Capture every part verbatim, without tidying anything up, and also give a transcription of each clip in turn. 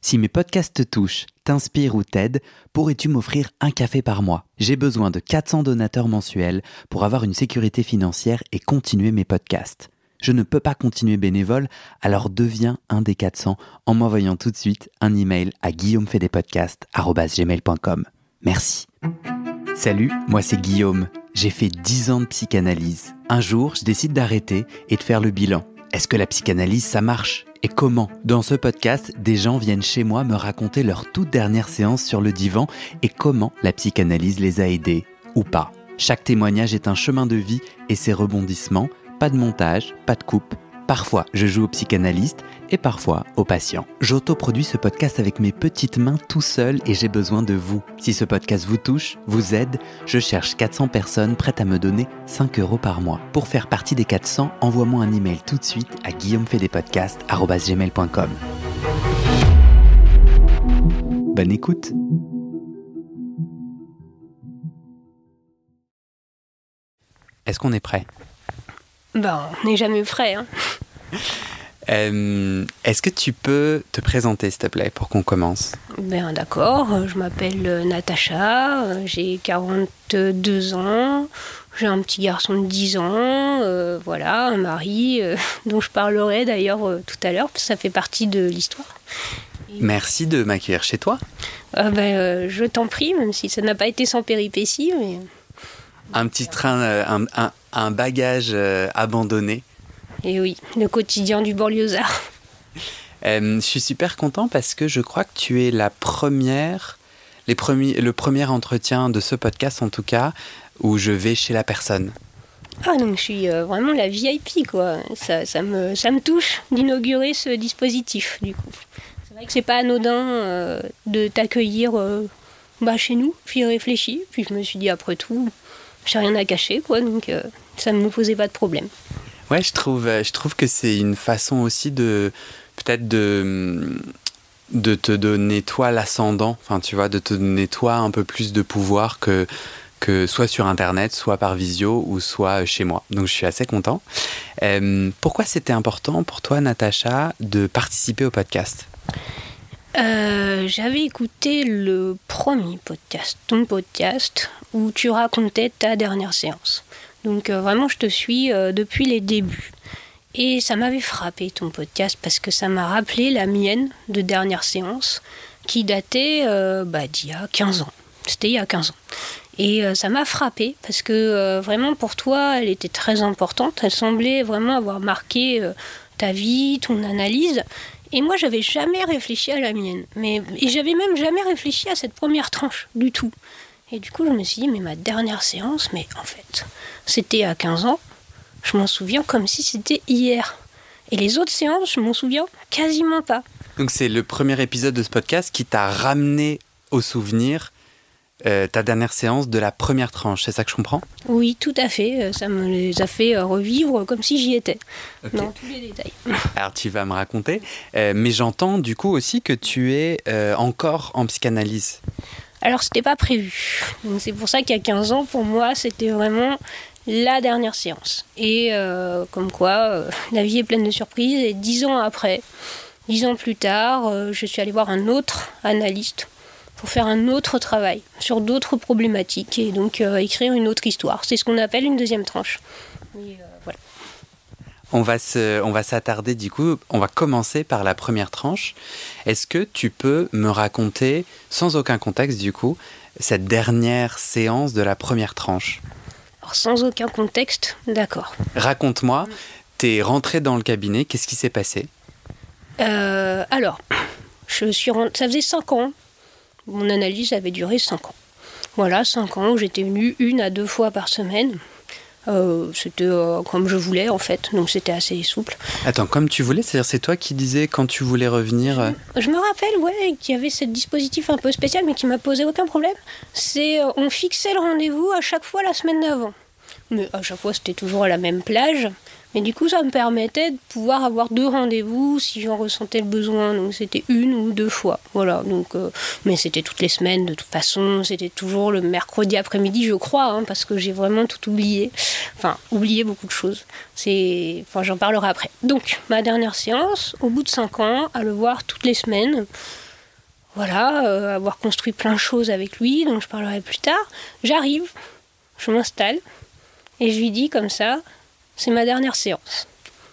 Si mes podcasts te touchent, t'inspirent ou t'aident, pourrais-tu m'offrir un café par mois ? J'ai besoin de quatre cents donateurs mensuels pour avoir une sécurité financière et continuer mes podcasts. Je ne peux pas continuer bénévole, alors deviens un des quatre cents en m'envoyant tout de suite un email à guillaumefedepodcast arobase gmail point com. Merci. Salut, moi c'est Guillaume. J'ai fait dix ans de psychanalyse. Un jour, je décide d'arrêter et de faire le bilan. Est-ce que la psychanalyse, ça marche ? Et comment ? Dans ce podcast, des gens viennent chez moi me raconter leur toute dernière séance sur le divan et comment la psychanalyse les a aidés, ou pas. Chaque témoignage est un chemin de vie et ses rebondissements, pas de montage, pas de coupe. Parfois, je joue au psychanalyste et parfois au patient. J'autoproduis ce podcast avec mes petites mains tout seul et j'ai besoin de vous. Si ce podcast vous touche, vous aide, je cherche quatre cents personnes prêtes à me donner cinq euros par mois. Pour faire partie des quatre cents, envoie-moi un email tout de suite à guillaumefedepodcast arobase gmail point com. Bonne écoute. Est-ce qu'on est prêt ? Ben, on n'est jamais prêt, hein. Euh, est-ce que tu peux te présenter, s'il te plaît, pour qu'on commence ? Ben d'accord, je m'appelle Natacha, j'ai quarante-deux ans, j'ai un petit garçon de dix ans, euh, voilà, un mari euh, dont je parlerai d'ailleurs euh, tout à l'heure, parce que ça fait partie de l'histoire. Et... Merci de m'accueillir chez toi. Euh, ben, euh, je t'en prie, même si ça n'a pas été sans péripéties, mais... Un petit train, euh, un, un, un bagage euh, abandonné. Et oui, le quotidien du banlieusard. Euh, je suis super content parce que je crois que tu es la première, les premiers, le premier entretien de ce podcast en tout cas, où je vais chez la personne. Ah, donc je suis euh, vraiment la V I P, quoi. Ça, ça, me, ça me touche d'inaugurer ce dispositif, du coup. C'est vrai que c'est pas anodin euh, de t'accueillir euh, bah, chez nous. J'y réfléchis, puis je me suis dit, après tout, j'ai rien à cacher, quoi, donc euh, ça ne me posait pas de problème. Ouais, je trouve, je trouve que c'est une façon aussi de, peut-être de, de te donner toi l'ascendant, enfin tu vois, de te donner toi un peu plus de pouvoir que, que soit sur Internet, soit par visio ou soit chez moi. Donc je suis assez content. Euh, pourquoi c'était important pour toi, Natacha, de participer au podcast ? Euh, j'avais écouté le premier podcast, ton podcast, où tu racontais ta dernière séance. Donc euh, vraiment, je te suis euh, depuis les débuts. Et ça m'avait frappé, ton podcast, parce que ça m'a rappelé la mienne de dernière séance, qui datait euh, bah, d'il y a quinze ans. C'était il y a quinze ans. Et euh, ça m'a frappé, parce que euh, vraiment, pour toi, elle était très importante. Elle semblait vraiment avoir marqué euh, ta vie, ton analyse. Et moi, j'avais jamais réfléchi à la mienne. Mais, et j'avais même jamais réfléchi à cette première tranche, du tout. Et du coup, je me suis dit, mais ma dernière séance, mais en fait, c'était à quinze ans. Je m'en souviens comme si c'était hier. Et les autres séances, je m'en souviens quasiment pas. Donc c'est le premier épisode de ce podcast qui t'a ramené au souvenir euh, ta dernière séance de la première tranche. C'est ça que je comprends ? Oui, tout à fait. Ça me les a fait revivre comme si j'y étais. Okay. Dans tous les détails. Alors tu vas me raconter. Euh, mais j'entends du coup aussi que tu es euh, encore en psychanalyse. Alors, c'était pas prévu. Donc, c'est pour ça qu'il y a quinze ans, pour moi, c'était vraiment la dernière séance. Et euh, comme quoi, euh, la vie est pleine de surprises. Et dix ans après, dix ans plus tard, euh, je suis allée voir un autre analyste pour faire un autre travail sur d'autres problématiques et donc euh, écrire une autre histoire. C'est ce qu'on appelle une deuxième tranche. Et, euh, voilà. On va, se, on va s'attarder du coup, on va commencer par la première tranche. Est-ce que tu peux me raconter, sans aucun contexte du coup, cette dernière séance de la première tranche ? Alors, sans aucun contexte, d'accord. Raconte-moi, t'es rentrée dans le cabinet, qu'est-ce qui s'est passé ? euh, Alors, je suis rentrée, ça faisait cinq ans, mon analyse avait duré cinq ans. Voilà, cinq ans où j'étais venue une à deux fois par semaine. Euh, c'était euh, comme je voulais en fait, donc c'était assez souple. Attends, comme tu voulais, c'est-à-dire c'est toi qui disais quand tu voulais revenir euh... je, je me rappelle, ouais, qu'il y avait ce dispositif un peu spécial mais qui m'a posé aucun problème. C'est, euh, on fixait le rendez-vous à chaque fois la semaine d'avant. Mais à chaque fois c'était toujours à la même plage. Mais du coup, ça me permettait de pouvoir avoir deux rendez-vous si j'en ressentais le besoin. Donc, c'était une ou deux fois. Voilà. Donc, euh, mais c'était toutes les semaines, de toute façon. C'était toujours le mercredi après-midi, je crois, hein, parce que j'ai vraiment tout oublié. Enfin, oublié beaucoup de choses. C'est... Enfin, j'en parlerai après. Donc, ma dernière séance, au bout de cinq ans, à le voir toutes les semaines, voilà, euh, avoir construit plein de choses avec lui, dont je parlerai plus tard. J'arrive, je m'installe, et je lui dis comme ça, c'est ma dernière séance.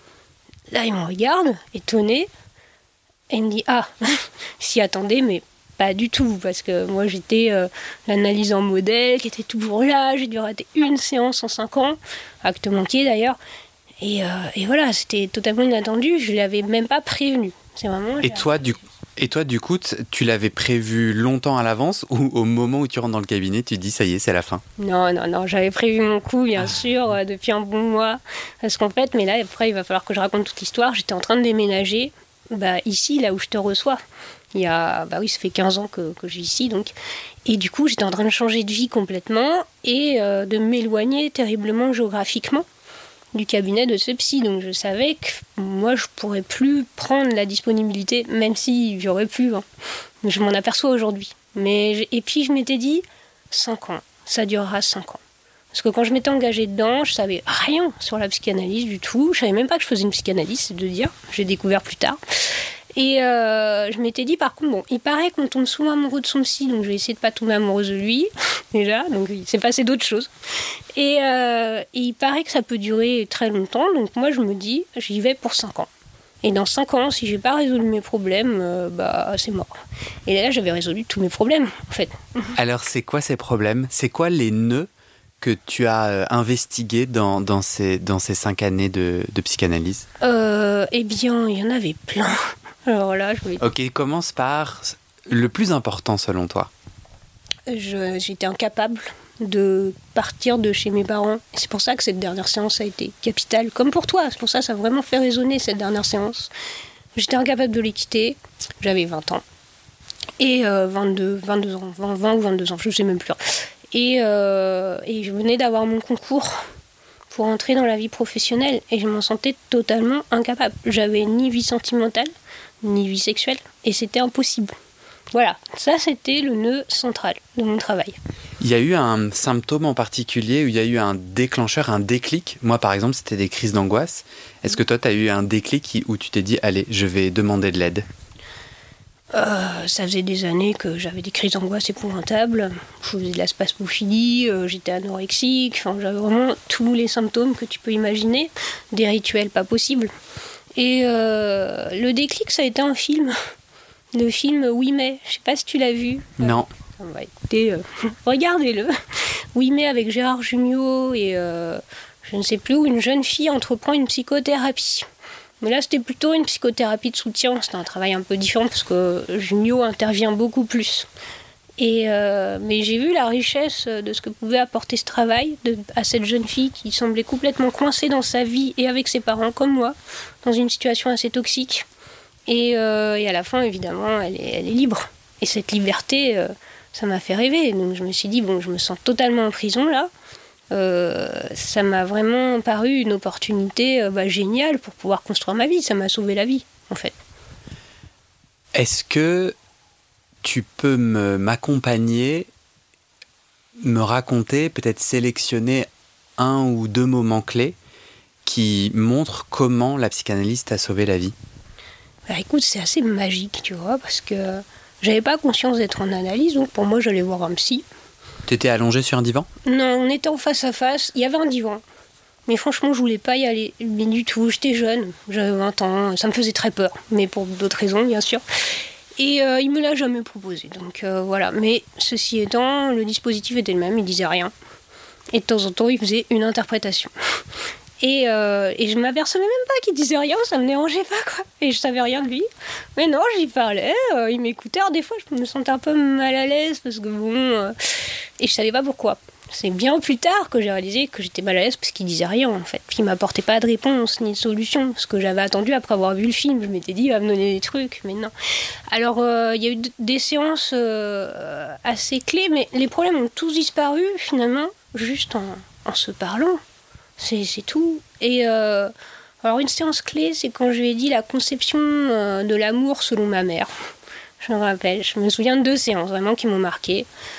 Là, il me regarde, étonné, et il me dit, ah, s'y attendait, mais pas du tout, parce que moi, j'étais euh, l'analyse en modèle, qui était toujours là, j'ai dû rater une séance en cinq ans, acte manqué d'ailleurs, et, euh, et voilà, c'était totalement inattendu, je ne l'avais même pas prévenu. C'est vraiment... Et toi, du coup, Et toi, du coup, tu l'avais prévu longtemps à l'avance ou au moment où tu rentres dans le cabinet, tu te dis ça y est, c'est la fin? Non, non, non, j'avais prévu mon coup, bien sûr, euh, depuis un bon mois. Parce qu'en fait, mais là, après, il va falloir que je raconte toute l'histoire. J'étais en train de déménager, bah, ici, là où je te reçois. Il y a, bah oui, ça fait quinze ans que, que je vis ici, donc. Et du coup, j'étais en train de changer de vie complètement et euh, de m'éloigner terriblement géographiquement du cabinet de ce psy. Donc je savais que moi, je pourrais plus prendre la disponibilité, même si j'aurais pu. Hein. Je m'en aperçois aujourd'hui. Mais et puis je m'étais dit, cinq ans, ça durera cinq ans. Parce que quand je m'étais engagée dedans, je savais rien sur la psychanalyse du tout. Je savais même pas que je faisais une psychanalyse, c'est de dire. J'ai découvert plus tard. Et euh, je m'étais dit, par contre, bon, il paraît qu'on tombe souvent amoureux de son psy, donc je vais essayer de pas tomber amoureuse de lui, déjà, donc il s'est passé d'autres choses. Et, euh, et il paraît que ça peut durer très longtemps, donc moi je me dis, j'y vais pour cinq ans. Et dans cinq ans, si j'ai pas résolu mes problèmes, euh, bah c'est mort. Et là, j'avais résolu tous mes problèmes, en fait. Alors, c'est quoi ces problèmes? C'est quoi les nœuds que tu as euh, investigués dans, dans, ces, dans ces cinq années de, de psychanalyse? euh, Eh bien, il y en avait plein. Alors là, je vais... Ok, commence par le plus important selon toi. Je, j'étais incapable de partir de chez mes parents. Et c'est pour ça que cette dernière séance a été capitale, comme pour toi. C'est pour ça que ça a vraiment fait résonner cette dernière séance. J'étais incapable de les quitter. J'avais vingt ans. Et euh, vingt-deux, vingt-deux ans, vingt, vingt ou vingt-deux ans, je ne sais même plus. Et, euh, et je venais d'avoir mon concours pour entrer dans la vie professionnelle. Et je m'en sentais totalement incapable. J'avais ni vie sentimentale, ni vie sexuelle. Et c'était impossible. Voilà, ça c'était le nœud central de mon travail. Il y a eu un symptôme en particulier où il y a eu un déclencheur, un déclic. Moi par exemple, c'était des crises d'angoisse. Est-ce que toi tu as eu un déclic où tu t'es dit, allez, je vais demander de l'aide? euh, Ça faisait des années que j'avais des crises d'angoisse épouvantables. Je faisais de la spasmophilie, euh, j'étais anorexique, enfin, j'avais vraiment tous les symptômes que tu peux imaginer, des rituels pas possibles. Et euh, le déclic, ça a été un film. Le film Oui mais, je sais pas si tu l'as vu. Non. Euh, bah, écoutez, euh, regardez-le. Oui mais avec Gérard Jugnot et euh, je ne sais plus où une jeune fille entreprend une psychothérapie. Mais là c'était plutôt une psychothérapie de soutien, c'était un travail un peu différent parce que Jugnot intervient beaucoup plus. Et euh, mais j'ai vu la richesse de ce que pouvait apporter ce travail de, à cette jeune fille qui semblait complètement coincée dans sa vie et avec ses parents comme moi, dans une situation assez toxique. Et, euh, et à la fin, évidemment, elle est, elle est libre. Et cette liberté, euh, ça m'a fait rêver. Donc je me suis dit, bon, je me sens totalement en prison là. Euh, ça m'a vraiment paru une opportunité euh, bah, géniale pour pouvoir construire ma vie. Ça m'a sauvé la vie, en fait. Est-ce que tu peux me, m'accompagner, me raconter, peut-être sélectionner un ou deux moments clés qui montrent comment la psychanalyse t'a sauvé la vie? Bah, écoute, c'est assez magique, tu vois, parce que j'avais pas conscience d'être en analyse, donc pour moi, j'allais voir un psy. T'étais allongé sur un divan? Non, on était en face à face, il y avait un divan. Mais franchement, je voulais pas y aller, mais du tout, j'étais jeune, j'avais vingt ans, ça me faisait très peur, mais pour d'autres raisons, bien sûr. Et euh, il me l'a jamais proposé, donc euh, voilà. Mais ceci étant, le dispositif était le même, il disait rien. Et de temps en temps, il faisait une interprétation. Et, euh, et je m'apercevais même pas qu'il disait rien, ça me dérangeait pas, quoi. Et je savais rien de lui. Mais non, j'y parlais, euh, il m'écoutait. Alors des fois, je me sentais un peu mal à l'aise, parce que bon... Euh, et je savais pas pourquoi. C'est bien plus tard que j'ai réalisé que j'étais mal à l'aise parce qu'il disait rien, en fait. Qu'il m'apportait pas de réponse ni de solution. Ce que j'avais attendu après avoir vu le film. Je m'étais dit, il va me donner des trucs, mais non. Alors, euh, il y a eu d- des séances euh, assez clés, mais les problèmes ont tous disparu, finalement, juste en, en se parlant. C'est, c'est tout. Et euh, alors une séance clé, c'est quand je lui ai dit la conception euh, de l'amour selon ma mère. Je me rappelle, je me souviens de deux séances vraiment qui m'ont marquée.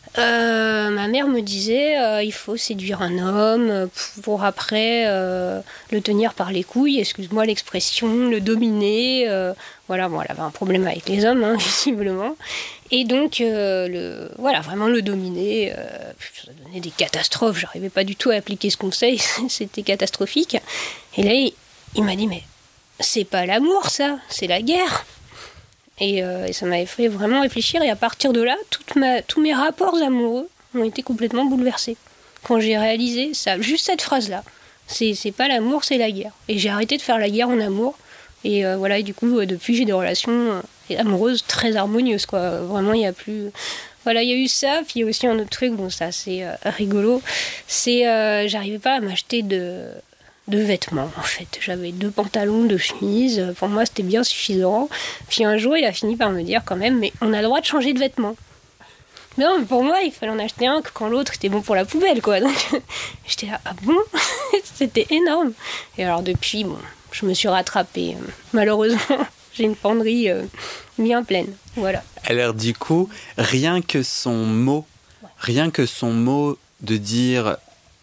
Euh, ma mère me disait euh, il faut séduire un homme pour après euh, le tenir par les couilles, excuse-moi l'expression, le dominer. Euh, voilà, bon, elle avait un problème avec les hommes, hein, visiblement. Et donc, euh, le, voilà, vraiment le dominer. Euh, ça donnait des catastrophes. J'arrivais pas du tout à appliquer ce conseil. C'était catastrophique. Et là, il, il m'a dit mais c'est pas l'amour, ça, c'est la guerre. Et, euh, et ça m'avait fait vraiment réfléchir. Et à partir de là, toute ma, tous mes rapports amoureux ont été complètement bouleversés. Quand j'ai réalisé ça, juste cette phrase-là, c'est, c'est pas l'amour, c'est la guerre. Et j'ai arrêté de faire la guerre en amour. Et euh, voilà, et du coup, euh, depuis, j'ai des relations euh, amoureuses très harmonieuses, quoi. Vraiment, il n'y a plus... Voilà, il y a eu ça. Puis il y a aussi un autre truc, bon, ça, c'est euh, rigolo. C'est, euh, j'arrivais pas à m'acheter de... de vêtements, en fait. J'avais deux pantalons, deux chemises. Pour moi, c'était bien suffisant. Puis un jour, il a fini par me dire quand même, mais on a le droit de changer de vêtements. Non, mais pour moi, il fallait en acheter un quand l'autre était bon pour la poubelle, quoi. Donc, j'étais là, ah bon? C'était énorme. Et alors, depuis, bon, je me suis rattrapée. Malheureusement, j'ai une penderie euh, bien pleine. Voilà. Alors, du coup, rien que son mot, ouais. rien que son mot de dire...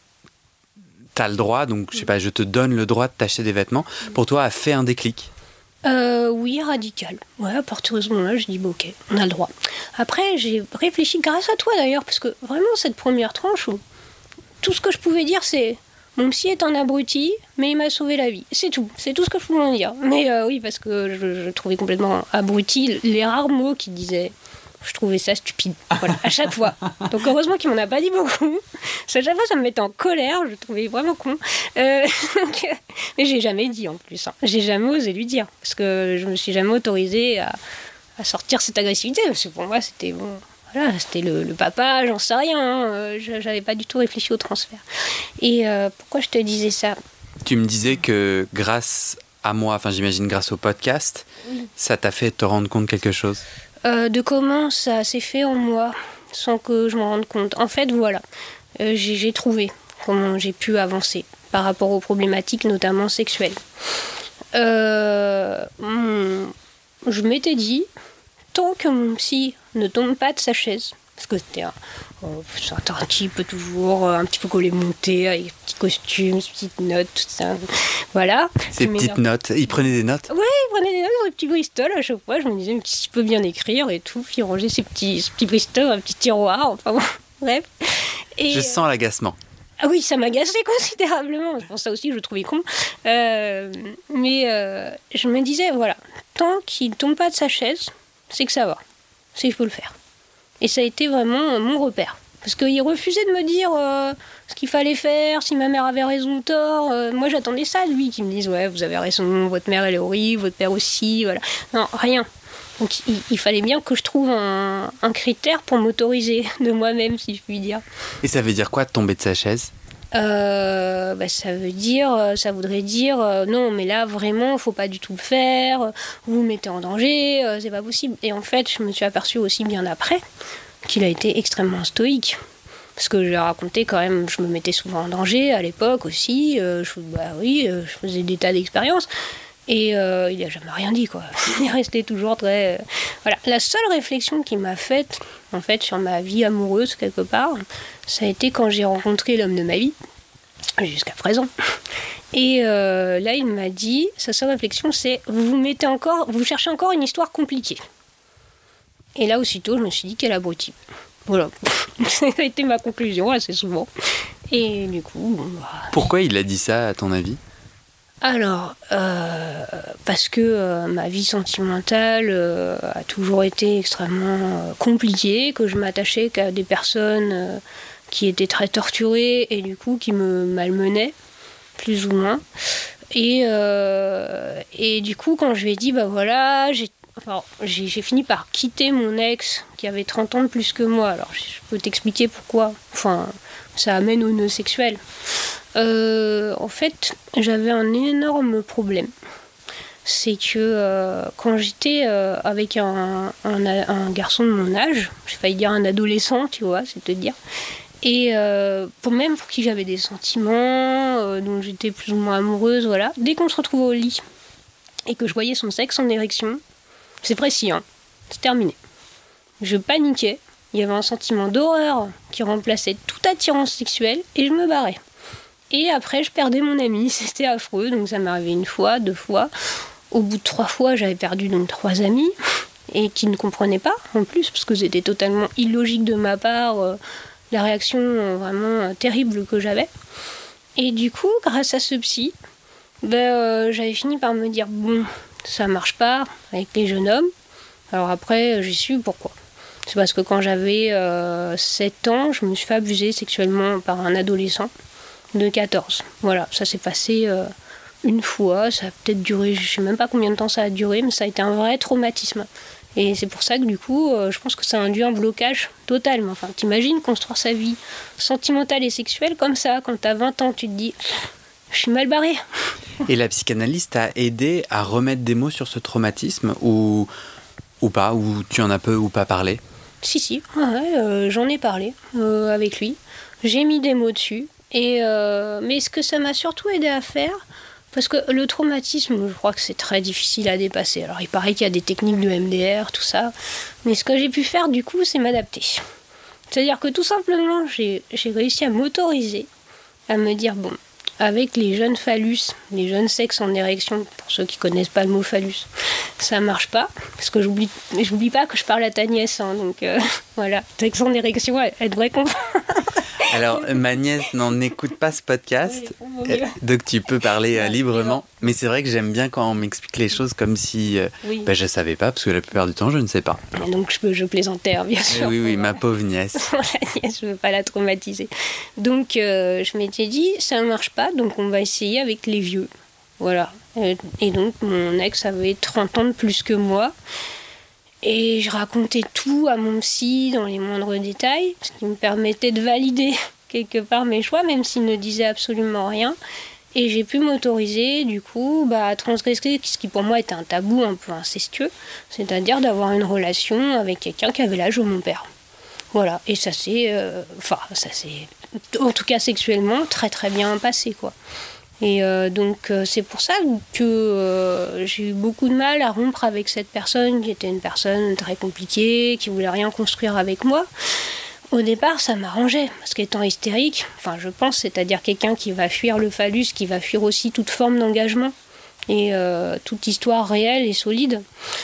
t'as le droit, donc je sais pas, je te donne le droit de t'acheter des vêtements, pour toi, a fait un déclic? euh, Oui, radical. Ouais, à partir de ce moment-là, je dis, bon, ok, on a le droit. Après, j'ai réfléchi grâce à toi, d'ailleurs, parce que vraiment, cette première tranche, où tout ce que je pouvais dire, c'est, mon psy est un abruti, mais il m'a sauvé la vie. C'est tout, c'est tout ce que je pouvais en dire. Mais euh, oui, parce que je, je trouvais complètement abruti les rares mots qu'il disait. Je trouvais ça stupide, voilà, à chaque fois. Donc heureusement qu'il m'en a pas dit beaucoup. Parce qu'à chaque fois, ça me mettait en colère, je le trouvais vraiment con. Euh, donc, mais j'ai jamais dit en plus. Hein. J'ai jamais osé lui dire. Parce que je me suis jamais autorisée à, à sortir cette agressivité. Parce que pour moi, c'était bon. Voilà, c'était le, le papa, j'en sais rien. Hein. J'avais pas du tout réfléchi au transfert. Et euh, pourquoi je te disais ça? Tu me disais que grâce à moi, enfin j'imagine grâce au podcast, oui. ça t'a fait te rendre compte quelque chose? Euh, de comment ça s'est fait en moi sans que je m'en rende compte. En fait, voilà, euh, j'ai, j'ai trouvé comment j'ai pu avancer par rapport aux problématiques, notamment sexuelles. Euh, mon, je m'étais dit, tant que mon psy ne tombe pas de sa chaise, parce que c'était un, oh, c'est un type toujours un petit peu collé monté, avec des petits costumes, des petites notes, tout ça. Voilà. Ces petites notes. Il prenait des notes? Oui, il prenait des notes dans des petits Bristol à chaque fois. Je me disais, mais s'il peut bien écrire et tout. Puis il rangeait ses petits, ses petits Bristol dans un petit tiroir. Enfin bon, bref. Et, je sens l'agacement. Ah oui, ça m'agaçait considérablement. C'est pour ça aussi que je le trouvais con. Euh, mais euh, je me disais, voilà, tant qu'il ne tombe pas de sa chaise, c'est que ça va. C'est qu'il faut le faire. Et ça a été vraiment mon repère. Parce qu'il refusait de me dire euh, ce qu'il fallait faire, si ma mère avait raison ou tort. Euh, moi, j'attendais ça de lui, qu'il me dise « Ouais, vous avez raison, votre mère, elle est horrible, votre père aussi. » Voilà. Non, rien. Donc, il, il fallait bien que je trouve un, un critère pour m'autoriser de moi-même, si je puis dire. Et ça veut dire quoi, de tomber de sa chaise ? Euh, bah, ça veut dire, ça voudrait dire euh, non, mais là vraiment, faut pas du tout le faire. Vous vous mettez en danger, euh, c'est pas possible. Et en fait, je me suis aperçue aussi bien après qu'il a été extrêmement stoïque. Parce que je lui ai raconté quand même, je me mettais souvent en danger à l'époque aussi. Euh, je, bah oui, euh, je faisais des tas d'expériences. Et euh, il n'a jamais rien dit, quoi. Il est resté toujours très... Euh, voilà. La seule réflexion qu'il m'a faite, en fait, sur ma vie amoureuse, quelque part, ça a été quand j'ai rencontré l'homme de ma vie, jusqu'à présent. Et euh, là, il m'a dit, sa seule réflexion, c'est « Vous mettez encore, vous cherchez encore une histoire compliquée. » Et là, aussitôt, je me suis dit qu'elle abrutit. Voilà. Ça a été ma conclusion, assez souvent. Et du coup... Bon, bah... Pourquoi il a dit ça, à ton avis ? Alors, euh, parce que euh, ma vie sentimentale euh, a toujours été extrêmement euh, compliquée, que je m'attachais qu'à des personnes euh, qui étaient très torturées et du coup qui me malmenaient, plus ou moins. Et, euh, et du coup, quand je lui ai dit, bah voilà, j'ai, enfin, j'ai, j'ai fini par quitter mon ex qui avait trente ans de plus que moi. Alors, je peux t'expliquer pourquoi. Enfin, ça amène au nœud sexuel. Euh, en fait, j'avais un énorme problème. C'est que euh, quand j'étais euh, avec un, un, un garçon de mon âge, j'ai failli dire un adolescent, tu vois, c'est te dire, et euh, pour même pour qui j'avais des sentiments, euh, dont j'étais plus ou moins amoureuse, voilà, dès qu'on se retrouvait au lit et que je voyais son sexe en érection, c'est précis, hein, c'est terminé. Je paniquais, il y avait un sentiment d'horreur qui remplaçait toute attirance sexuelle et je me barrais. Et après, je perdais mon ami, c'était affreux, donc ça m'est arrivé une fois, deux fois. Au bout de trois fois, j'avais perdu donc trois amis, et qui ne comprenaient pas, en plus, parce que c'était totalement illogique de ma part, euh, la réaction euh, vraiment euh, terrible que j'avais. Et du coup, grâce à ce psy, ben, euh, j'avais fini par me dire, bon, ça marche pas avec les jeunes hommes. Alors après, j'ai su pourquoi. C'est parce que quand j'avais euh, sept ans, je me suis fait abuser sexuellement par un adolescent de quatorze. Voilà, ça s'est passé euh, une fois, ça a peut-être duré, je sais même pas combien de temps ça a duré, mais ça a été un vrai traumatisme. Et c'est pour ça que du coup, euh, je pense que ça a induit un blocage total. Mais enfin, t'imagines construire sa vie sentimentale et sexuelle comme ça, quand t'as vingt ans, tu te dis, je suis mal barrée. Et la psychanalyse t'a aidé à remettre des mots sur ce traumatisme ou, ou pas, ou tu en as peu ou pas parlé? Si, si, ouais, euh, j'en ai parlé euh, avec lui. J'ai mis des mots dessus. Et euh, mais ce que ça m'a surtout aidé à faire, parce que le traumatisme, je crois que c'est très difficile à dépasser. Alors il paraît qu'il y a des techniques de M D R, tout ça, mais ce que j'ai pu faire du coup, c'est m'adapter. C'est-à-dire que tout simplement, j'ai, j'ai réussi à m'autoriser, à me dire, bon, avec les jeunes phallus, les jeunes sexes en érection, pour ceux qui connaissent pas le mot phallus, ça marche pas, parce que j'oublie, j'oublie pas que je parle à ta nièce, hein, donc euh, voilà, sexe en érection, elle, elle devrait comprendre. Alors, ma nièce n'en écoute pas ce podcast, oui, donc tu peux parler euh, librement. Mais c'est vrai que j'aime bien quand on m'explique les choses comme si euh, oui. bah, je ne savais pas, parce que la plupart du temps, je ne sais pas. Et donc, je, peux, je plaisantais, hein, bien sûr. Oui, oui, ma pauvre nièce. La nièce, je ne veux pas la traumatiser. Donc, euh, je m'étais dit, ça ne marche pas, donc on va essayer avec les vieux. Voilà. Et donc, mon ex avait trente ans de plus que moi. Et je racontais tout à mon psy dans les moindres détails, ce qui me permettait de valider quelque part mes choix, même s'il ne disait absolument rien. Et j'ai pu m'autoriser, du coup, bah, à transgresser ce qui pour moi était un tabou un peu incestueux, c'est-à-dire d'avoir une relation avec quelqu'un qui avait l'âge de mon père. Voilà, et ça s'est, euh, enfin, ça s'est, en tout cas sexuellement, très très bien passé, quoi. Et euh, donc euh, c'est pour ça que euh, j'ai eu beaucoup de mal à rompre avec cette personne qui était une personne très compliquée, qui voulait rien construire avec moi. Au départ, ça m'arrangeait, parce qu'étant hystérique, enfin je pense, c'est-à-dire quelqu'un qui va fuir le phallus, qui va fuir aussi toute forme d'engagement et euh, toute histoire réelle et solide,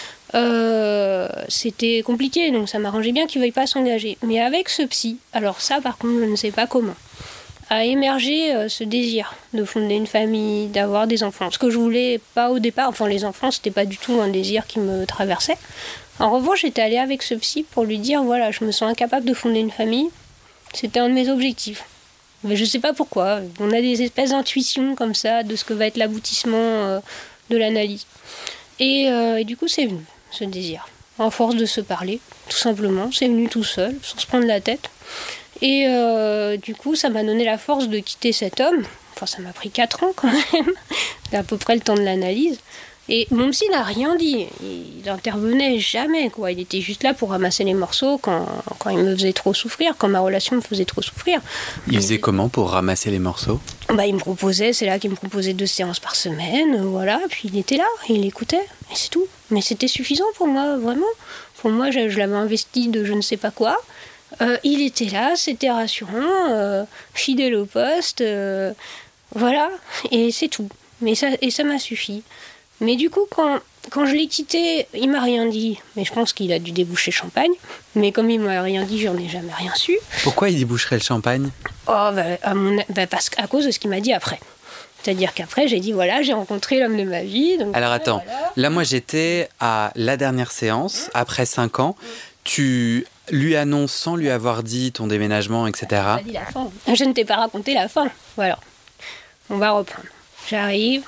euh, c'était compliqué, donc ça m'arrangeait bien qu'il ne veuille pas s'engager. Mais avec ce psy, alors ça par contre je ne sais pas comment, a émergé euh, ce désir de fonder une famille, d'avoir des enfants. Ce que je voulais pas au départ, enfin les enfants, c'était pas du tout un désir qui me traversait. En revanche, j'étais allée avec ce psy pour lui dire, voilà, je me sens incapable de fonder une famille. C'était un de mes objectifs. Mais je sais pas pourquoi. On a des espèces d'intuitions comme ça de ce que va être l'aboutissement euh, de l'analyse. Et, euh, et du coup, c'est venu, ce désir. En force de se parler, tout simplement. C'est venu tout seul, sans se prendre la tête. Et euh, du coup, ça m'a donné la force de quitter cet homme. Enfin, ça m'a pris quatre ans quand même. C'est à peu près le temps de l'analyse. Et mon psy n'a rien dit. Il intervenait jamais, quoi. Il était juste là pour ramasser les morceaux quand, quand il me faisait trop souffrir, quand ma relation me faisait trop souffrir. Il faisait comment pour ramasser les morceaux ? Bah, il me proposait, c'est là qu'il me proposait deux séances par semaine, voilà. Puis il était là, il écoutait, et c'est tout. Mais c'était suffisant pour moi, vraiment. Pour moi, je, je l'avais investi de je ne sais pas quoi. Euh, il était là, c'était rassurant, euh, fidèle au poste, euh, voilà, et c'est tout. Mais ça, et ça m'a suffi. Mais du coup, quand, quand je l'ai quitté, il m'a rien dit. Mais je pense qu'il a dû déboucher champagne. Mais comme il m'a rien dit, j'en ai jamais rien su. Pourquoi il déboucherait le champagne ? Oh, bah, à, mon, bah parce qu'à cause de ce qu'il m'a dit après. C'est-à-dire qu'après, j'ai dit, voilà, j'ai rencontré l'homme de ma vie. Donc Alors après, attends, voilà. Là moi j'étais à la dernière séance, après cinq ans. Tu lui annonces sans lui avoir dit ton déménagement, et cetera. Dit la fin. Je ne t'ai pas raconté la fin. Voilà. On va reprendre. J'arrive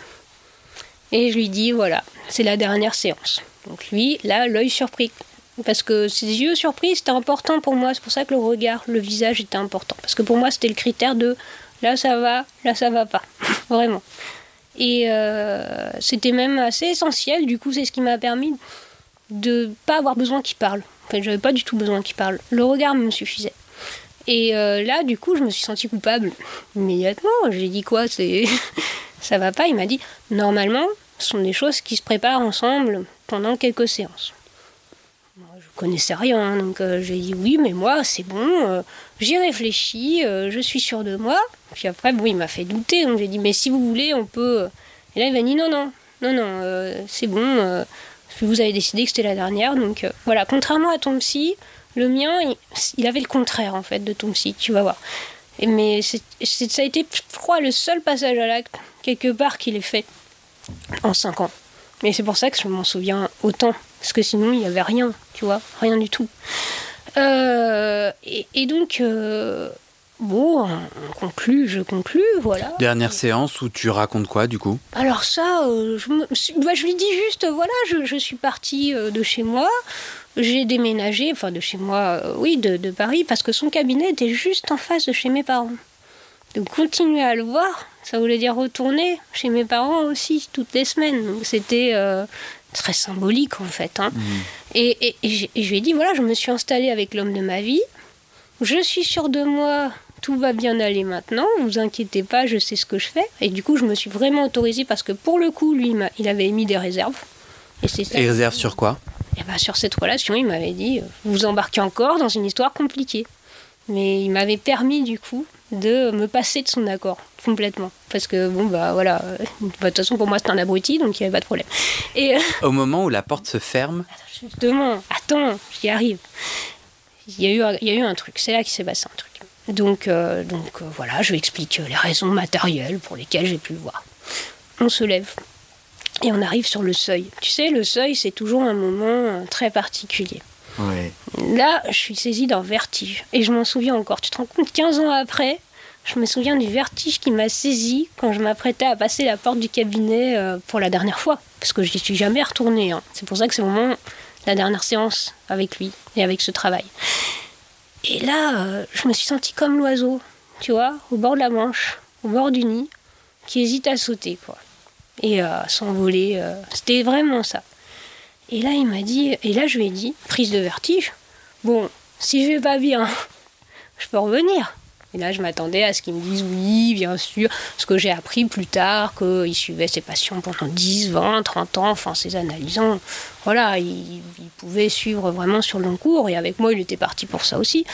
et je lui dis, voilà, c'est la dernière séance. Donc lui, là, l'œil surpris. Parce que ses yeux surpris, c'était important pour moi. C'est pour ça que le regard, le visage était important. Parce que pour moi, c'était le critère de là, ça va, là, ça va pas. Vraiment. Et euh, c'était même assez essentiel. Du coup, c'est ce qui m'a permis de pas avoir besoin qu'il parle. Enfin, j'avais pas du tout besoin qu'il parle. Le regard me suffisait. Et euh, là, du coup, je me suis sentie coupable immédiatement. J'ai dit quoi, c'est ça va pas. Il m'a dit normalement, ce sont des choses qui se préparent ensemble pendant quelques séances. Moi, je connaissais rien, donc euh, j'ai dit oui, mais moi, c'est bon, euh, j'y réfléchis, euh, je suis sûre de moi. Puis après, bon, il m'a fait douter, donc j'ai dit, mais si vous voulez, on peut... Et là, il m'a dit, non, non, non, non, euh, c'est bon, euh, vous avez décidé que c'était la dernière, donc euh, voilà, contrairement à ton psy, le mien, il, il avait le contraire, en fait, de ton psy, tu vas voir. Et, mais c'est, c'est, ça a été, je crois, le seul passage à l'acte, quelque part, qu'il ait fait en cinq ans. Mais c'est pour ça que je m'en souviens autant. Parce que sinon, il n'y avait rien, tu vois, rien du tout. Euh, et, et donc, euh, bon, on conclut, je conclus, voilà. Dernière séance où tu racontes quoi, du coup ? Alors ça, euh, je, me, bah, je lui dis juste, voilà, je, je suis partie euh, de chez moi, j'ai déménagé, enfin de chez moi, euh, oui, de, de Paris, parce que son cabinet était juste en face de chez mes parents. Donc continuer à le voir, ça voulait dire retourner chez mes parents aussi, toutes les semaines. Donc c'était euh, très symbolique en fait. Hein. Mmh. Et, et, et, et je lui ai dit, voilà, je me suis installée avec l'homme de ma vie, je suis sûre de moi, tout va bien aller maintenant, vous inquiétez pas, je sais ce que je fais. Et du coup, je me suis vraiment autorisée parce que pour le coup, lui, il, il avait émis des réserves. Et, c'est ça. Et réserves sur quoi ? Et ben, sur cette relation, il m'avait dit, vous embarquez encore dans une histoire compliquée. Mais il m'avait permis du coup de me passer de son accord complètement parce que bon bah voilà de bah, toute façon pour moi c'était un abruti donc il n'y avait pas de problème et euh... au moment où la porte se ferme justement attends j'y arrive il y a eu il y a eu un truc c'est là qu'il s'est passé un truc donc euh, donc euh, voilà je lui explique les raisons matérielles pour lesquelles j'ai pu le voir. On se lève et on arrive sur le seuil. Tu sais, le seuil c'est toujours un moment très particulier. Ouais. Là, je suis saisie d'un vertige. Et je m'en souviens encore. Tu te rends compte, quinze ans après, je me souviens du vertige qui m'a saisie quand je m'apprêtais à passer la porte du cabinet euh, pour la dernière fois. Parce que je n'y suis jamais retournée. Hein. C'est pour ça que c'est vraiment la dernière séance avec lui et avec ce travail. Et là, euh, je me suis sentie comme l'oiseau, tu vois, au bord de la Manche, au bord du nid, qui hésite à sauter, quoi. Et euh, à s'envoler. Euh, c'était vraiment ça. Et là, il m'a dit, et là, je lui ai dit, prise de vertige, bon, si je vais pas bien, je peux revenir. Et là, je m'attendais à ce qu'il me dise oui, bien sûr, ce que j'ai appris plus tard, qu'il suivait ses patients pendant dix, vingt, trente ans, enfin, ses analysants. Voilà, il, il pouvait suivre vraiment sur le long cours, et avec moi, il était parti pour ça aussi.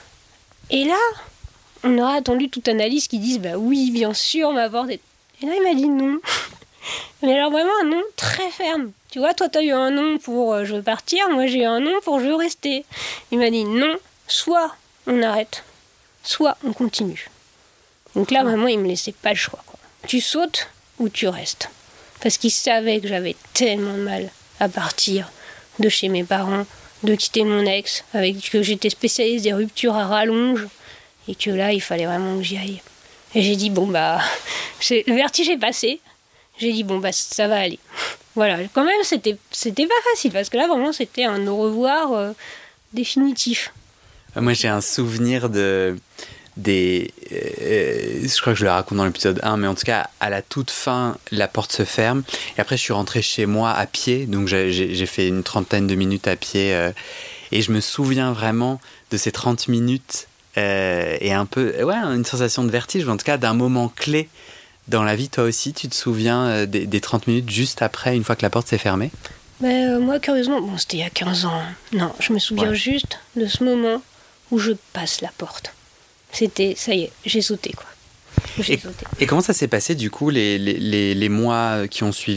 Et là, on aurait attendu toute analyse qui dise, bah oui, bien sûr, ma porte est... Et là, il m'a dit non. Mais alors vraiment un non très ferme. Tu vois, toi, tu as eu un non pour euh, je veux partir, moi, j'ai eu un non pour je veux rester. Il m'a dit non, soit on arrête, soit on continue. Donc là, vraiment, il me laissait pas le choix, quoi. Tu sautes ou tu restes. Parce qu'il savait que j'avais tellement de mal à partir de chez mes parents, de quitter mon ex, avec que j'étais spécialiste des ruptures à rallonge, et que là, il fallait vraiment que j'y aille. Et j'ai dit, bon, bah, j'ai... le vertige est passé. J'ai dit, bon, bah, ça va aller. Voilà, quand même, c'était, c'était pas facile, parce que là, vraiment, c'était un au revoir euh, définitif. Moi, j'ai un souvenir de... Des, euh, je crois que je le raconte dans l'épisode un, mais en tout cas, à la toute fin, la porte se ferme. Et après, je suis rentré chez moi à pied. Donc, j'ai, j'ai fait une trentaine de minutes à pied. Euh, et je me souviens vraiment de ces trente minutes euh, et un peu, ouais, une sensation de vertige, ou en tout cas, d'un moment clé dans la vie. Toi aussi, tu te souviens des, des trente minutes juste après, une fois que la porte s'est fermée ? Mais euh, moi, curieusement, bon, c'était il y a quinze ans. Non, je me souviens ouais. juste de ce moment où je passe la porte. C'était, ça y est, j'ai sauté, quoi. J'ai et, sauté. Et comment ça s'est passé, du coup, les, les, les, les mois qui ont suivi ?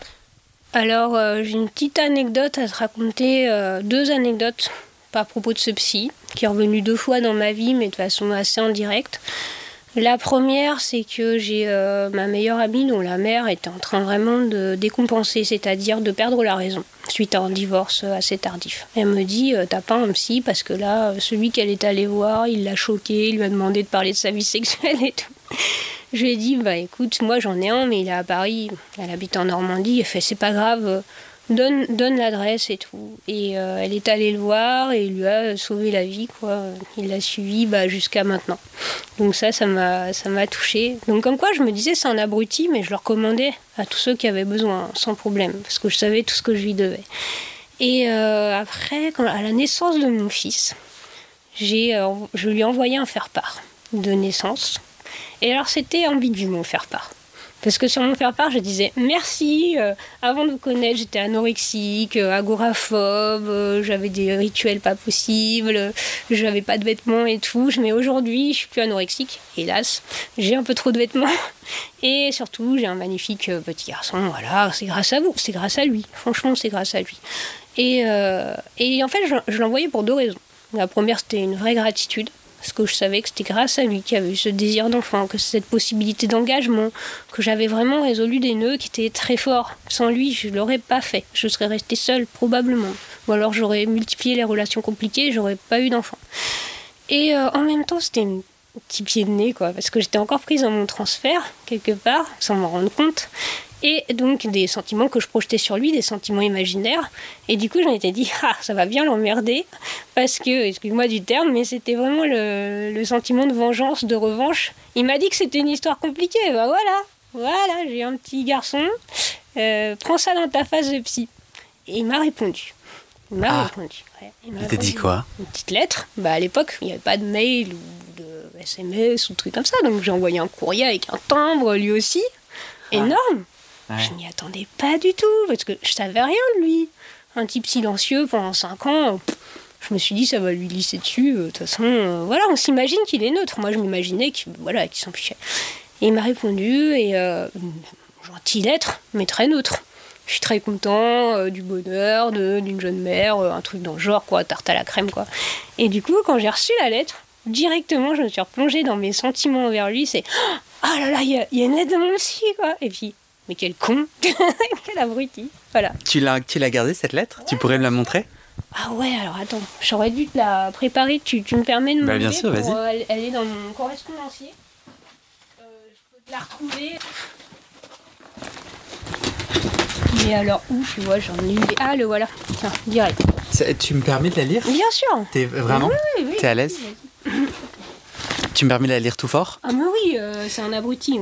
Alors, euh, j'ai une petite anecdote à te raconter, euh, deux anecdotes à propos de ce psy, qui est revenu deux fois dans ma vie, mais de façon assez indirecte. La première, c'est que j'ai euh, ma meilleure amie dont la mère était en train vraiment de décompenser, c'est-à-dire de perdre la raison, suite à un divorce assez tardif. Elle me dit, euh, t'as pas un psy, parce que là, celui qu'elle est allée voir, il l'a choquée, il lui a demandé de parler de sa vie sexuelle et tout. Je lui ai dit, bah écoute, moi j'en ai un, mais il est à Paris, elle habite en Normandie, elle fait, c'est pas grave, donne, donne l'adresse et tout. Et euh, elle est allée le voir et il lui a sauvé la vie, quoi. Il l'a suivi bah, jusqu'à maintenant. Donc ça, ça m'a, ça m'a touchée. Donc comme quoi, je me disais, c'est un abruti, mais je le recommandais à tous ceux qui avaient besoin, sans problème, parce que je savais tout ce que je lui devais. Et euh, après, quand, à la naissance de mon fils, j'ai, euh, je lui ai envoyé un faire-part de naissance. Et alors, c'était ambigu, mon faire-part. Parce que sur mon faire-part, je disais merci. Euh, avant de vous connaître, j'étais anorexique, euh, agoraphobe, euh, j'avais des rituels pas possibles, euh, j'avais pas de vêtements et tout. Mais aujourd'hui, je suis plus anorexique, hélas. J'ai un peu trop de vêtements. Et surtout, j'ai un magnifique euh, petit garçon. Voilà, c'est grâce à vous, c'est grâce à lui. Franchement, c'est grâce à lui. Et, euh, et en fait, je, je l'envoyais pour deux raisons. La première, c'était une vraie gratitude. Parce que je savais que c'était grâce à lui qu'il y avait eu ce désir d'enfant, que cette possibilité d'engagement, que j'avais vraiment résolu des nœuds qui étaient très forts. Sans lui, je ne l'aurais pas fait. Je serais restée seule, probablement. Ou alors j'aurais multiplié les relations compliquées et j'aurais pas eu d'enfant. Et euh, en même temps, c'était un petit pied de nez, quoi, parce que j'étais encore prise dans mon transfert, quelque part, sans m'en rendre compte. Et donc des sentiments que je projetais sur lui, des sentiments imaginaires. Et du coup, je m'étais dit, ah, ça va bien l'emmerder. Parce que, excuse-moi du terme, mais c'était vraiment le, le sentiment de vengeance, de revanche. Il m'a dit que c'était une histoire compliquée. Ben voilà, voilà, j'ai un petit garçon. Euh, prends ça dans ta phase de psy. Et il m'a répondu. Il m'a ah. répondu. Ouais, il m'a il t'a dit quoi? Une petite lettre. Bah, à l'époque, il n'y avait pas de mail ou de S M S ou de trucs comme ça. Donc j'ai envoyé un courrier avec un timbre, lui aussi. Ah. Énorme. Ouais. Je m'y attendais pas du tout, parce que je savais rien de lui. Un type silencieux pendant cinq ans, pff, je me suis dit ça va lui glisser dessus. De toute façon, euh, voilà, on s'imagine qu'il est neutre. Moi, je m'imaginais qu'il, voilà, qu'il s'en fichait. Et il m'a répondu, et euh, une gentille lettre, mais très neutre. Je suis très content euh, du bonheur de, d'une jeune mère, euh, un truc dans le genre, quoi, tarte à la crème, quoi. Et du coup, quand j'ai reçu la lettre, directement, je me suis replongée dans mes sentiments envers lui. C'est ah oh là là, il y, y a une lettre de mon psy, quoi. Et puis, mais quel con, quel abruti, voilà. Tu l'as, tu l'as gardée cette lettre? Ouais. Tu pourrais me la montrer? Ah ouais, alors attends, j'aurais dû te la préparer, tu, tu me permets de me bah, montrer bien sûr, pour, vas-y. Euh, elle, elle est dans mon correspondancier. Euh, je peux te la retrouver. Mais alors où? Tu vois, j'en ai eu... Ah, le voilà, tiens, direct. Ça, tu me permets de la lire? Bien sûr. T'es vraiment? Oui, oui, oui. T'es à l'aise? Oui, tu me permets de la lire tout fort? Ah mais oui, euh, c'est un abruti.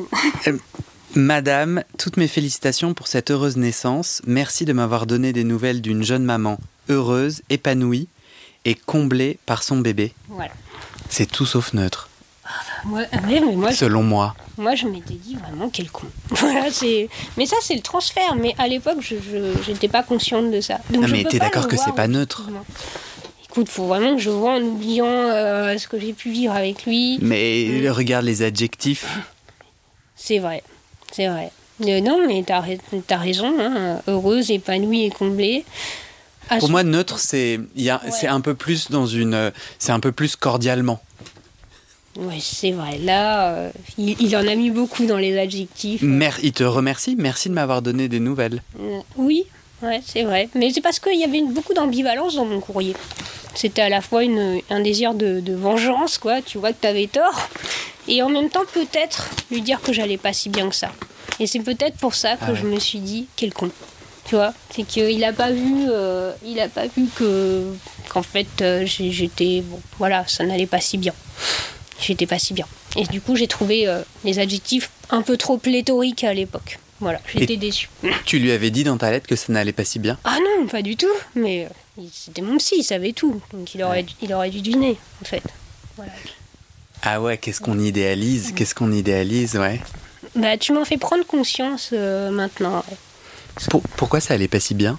Madame, toutes mes félicitations pour cette heureuse naissance. Merci de m'avoir donné des nouvelles d'une jeune maman heureuse, épanouie et comblée par son bébé. Voilà. C'est tout sauf neutre. Ah, moi, mais moi, selon moi. Moi, je m'étais dit vraiment quel con. Voilà, c'est. Mais ça, c'est le transfert. Mais à l'époque, je, je j'étais pas consciente de ça. Donc, non, je mais peux t'es pas d'accord que c'est pas neutre. Écoute, faut vraiment que je vois en oubliant euh, ce que j'ai pu vivre avec lui. Mais mmh. regarde les adjectifs. C'est vrai. C'est vrai. Euh, non, mais t'as, t'as raison. Hein. Heureuse, épanouie et comblée. À Pour son... moi, neutre, c'est, y a, ouais. c'est un peu plus dans une, c'est un peu plus cordialement. Oui, c'est vrai. Là, euh, il, il en a mis beaucoup dans les adjectifs. Mer- il te remercie. Merci de m'avoir donné des nouvelles. Euh, oui, ouais, c'est vrai. Mais c'est parce qu'il y avait une, beaucoup d'ambivalence dans mon courrier. C'était à la fois une, un désir de, de vengeance, quoi. Tu vois que t'avais tort. Et en même temps, peut-être lui dire que j'allais pas si bien que ça. Et c'est peut-être pour ça que ah ouais. je me suis dit, quel con. Tu vois, c'est qu'il a pas vu, euh, il a pas vu que, qu'en fait, euh, j'étais, bon, voilà, ça n'allait pas si bien. J'étais pas si bien. Et du coup, j'ai trouvé euh, les adjectifs un peu trop pléthoriques à l'époque. Voilà, j'étais déçue. Tu lui avais dit dans ta lettre que ça n'allait pas si bien? Ah non, pas du tout. Mais euh, c'était mon psy, il savait tout. Donc il aurait, ouais. il aurait dû deviner, en fait. Voilà. Ah ouais, qu'est-ce qu'on idéalise, mmh. qu'est-ce qu'on idéalise, ouais. Bah, tu m'en fais prendre conscience euh, maintenant. Ouais. Pour, pourquoi ça allait pas si bien?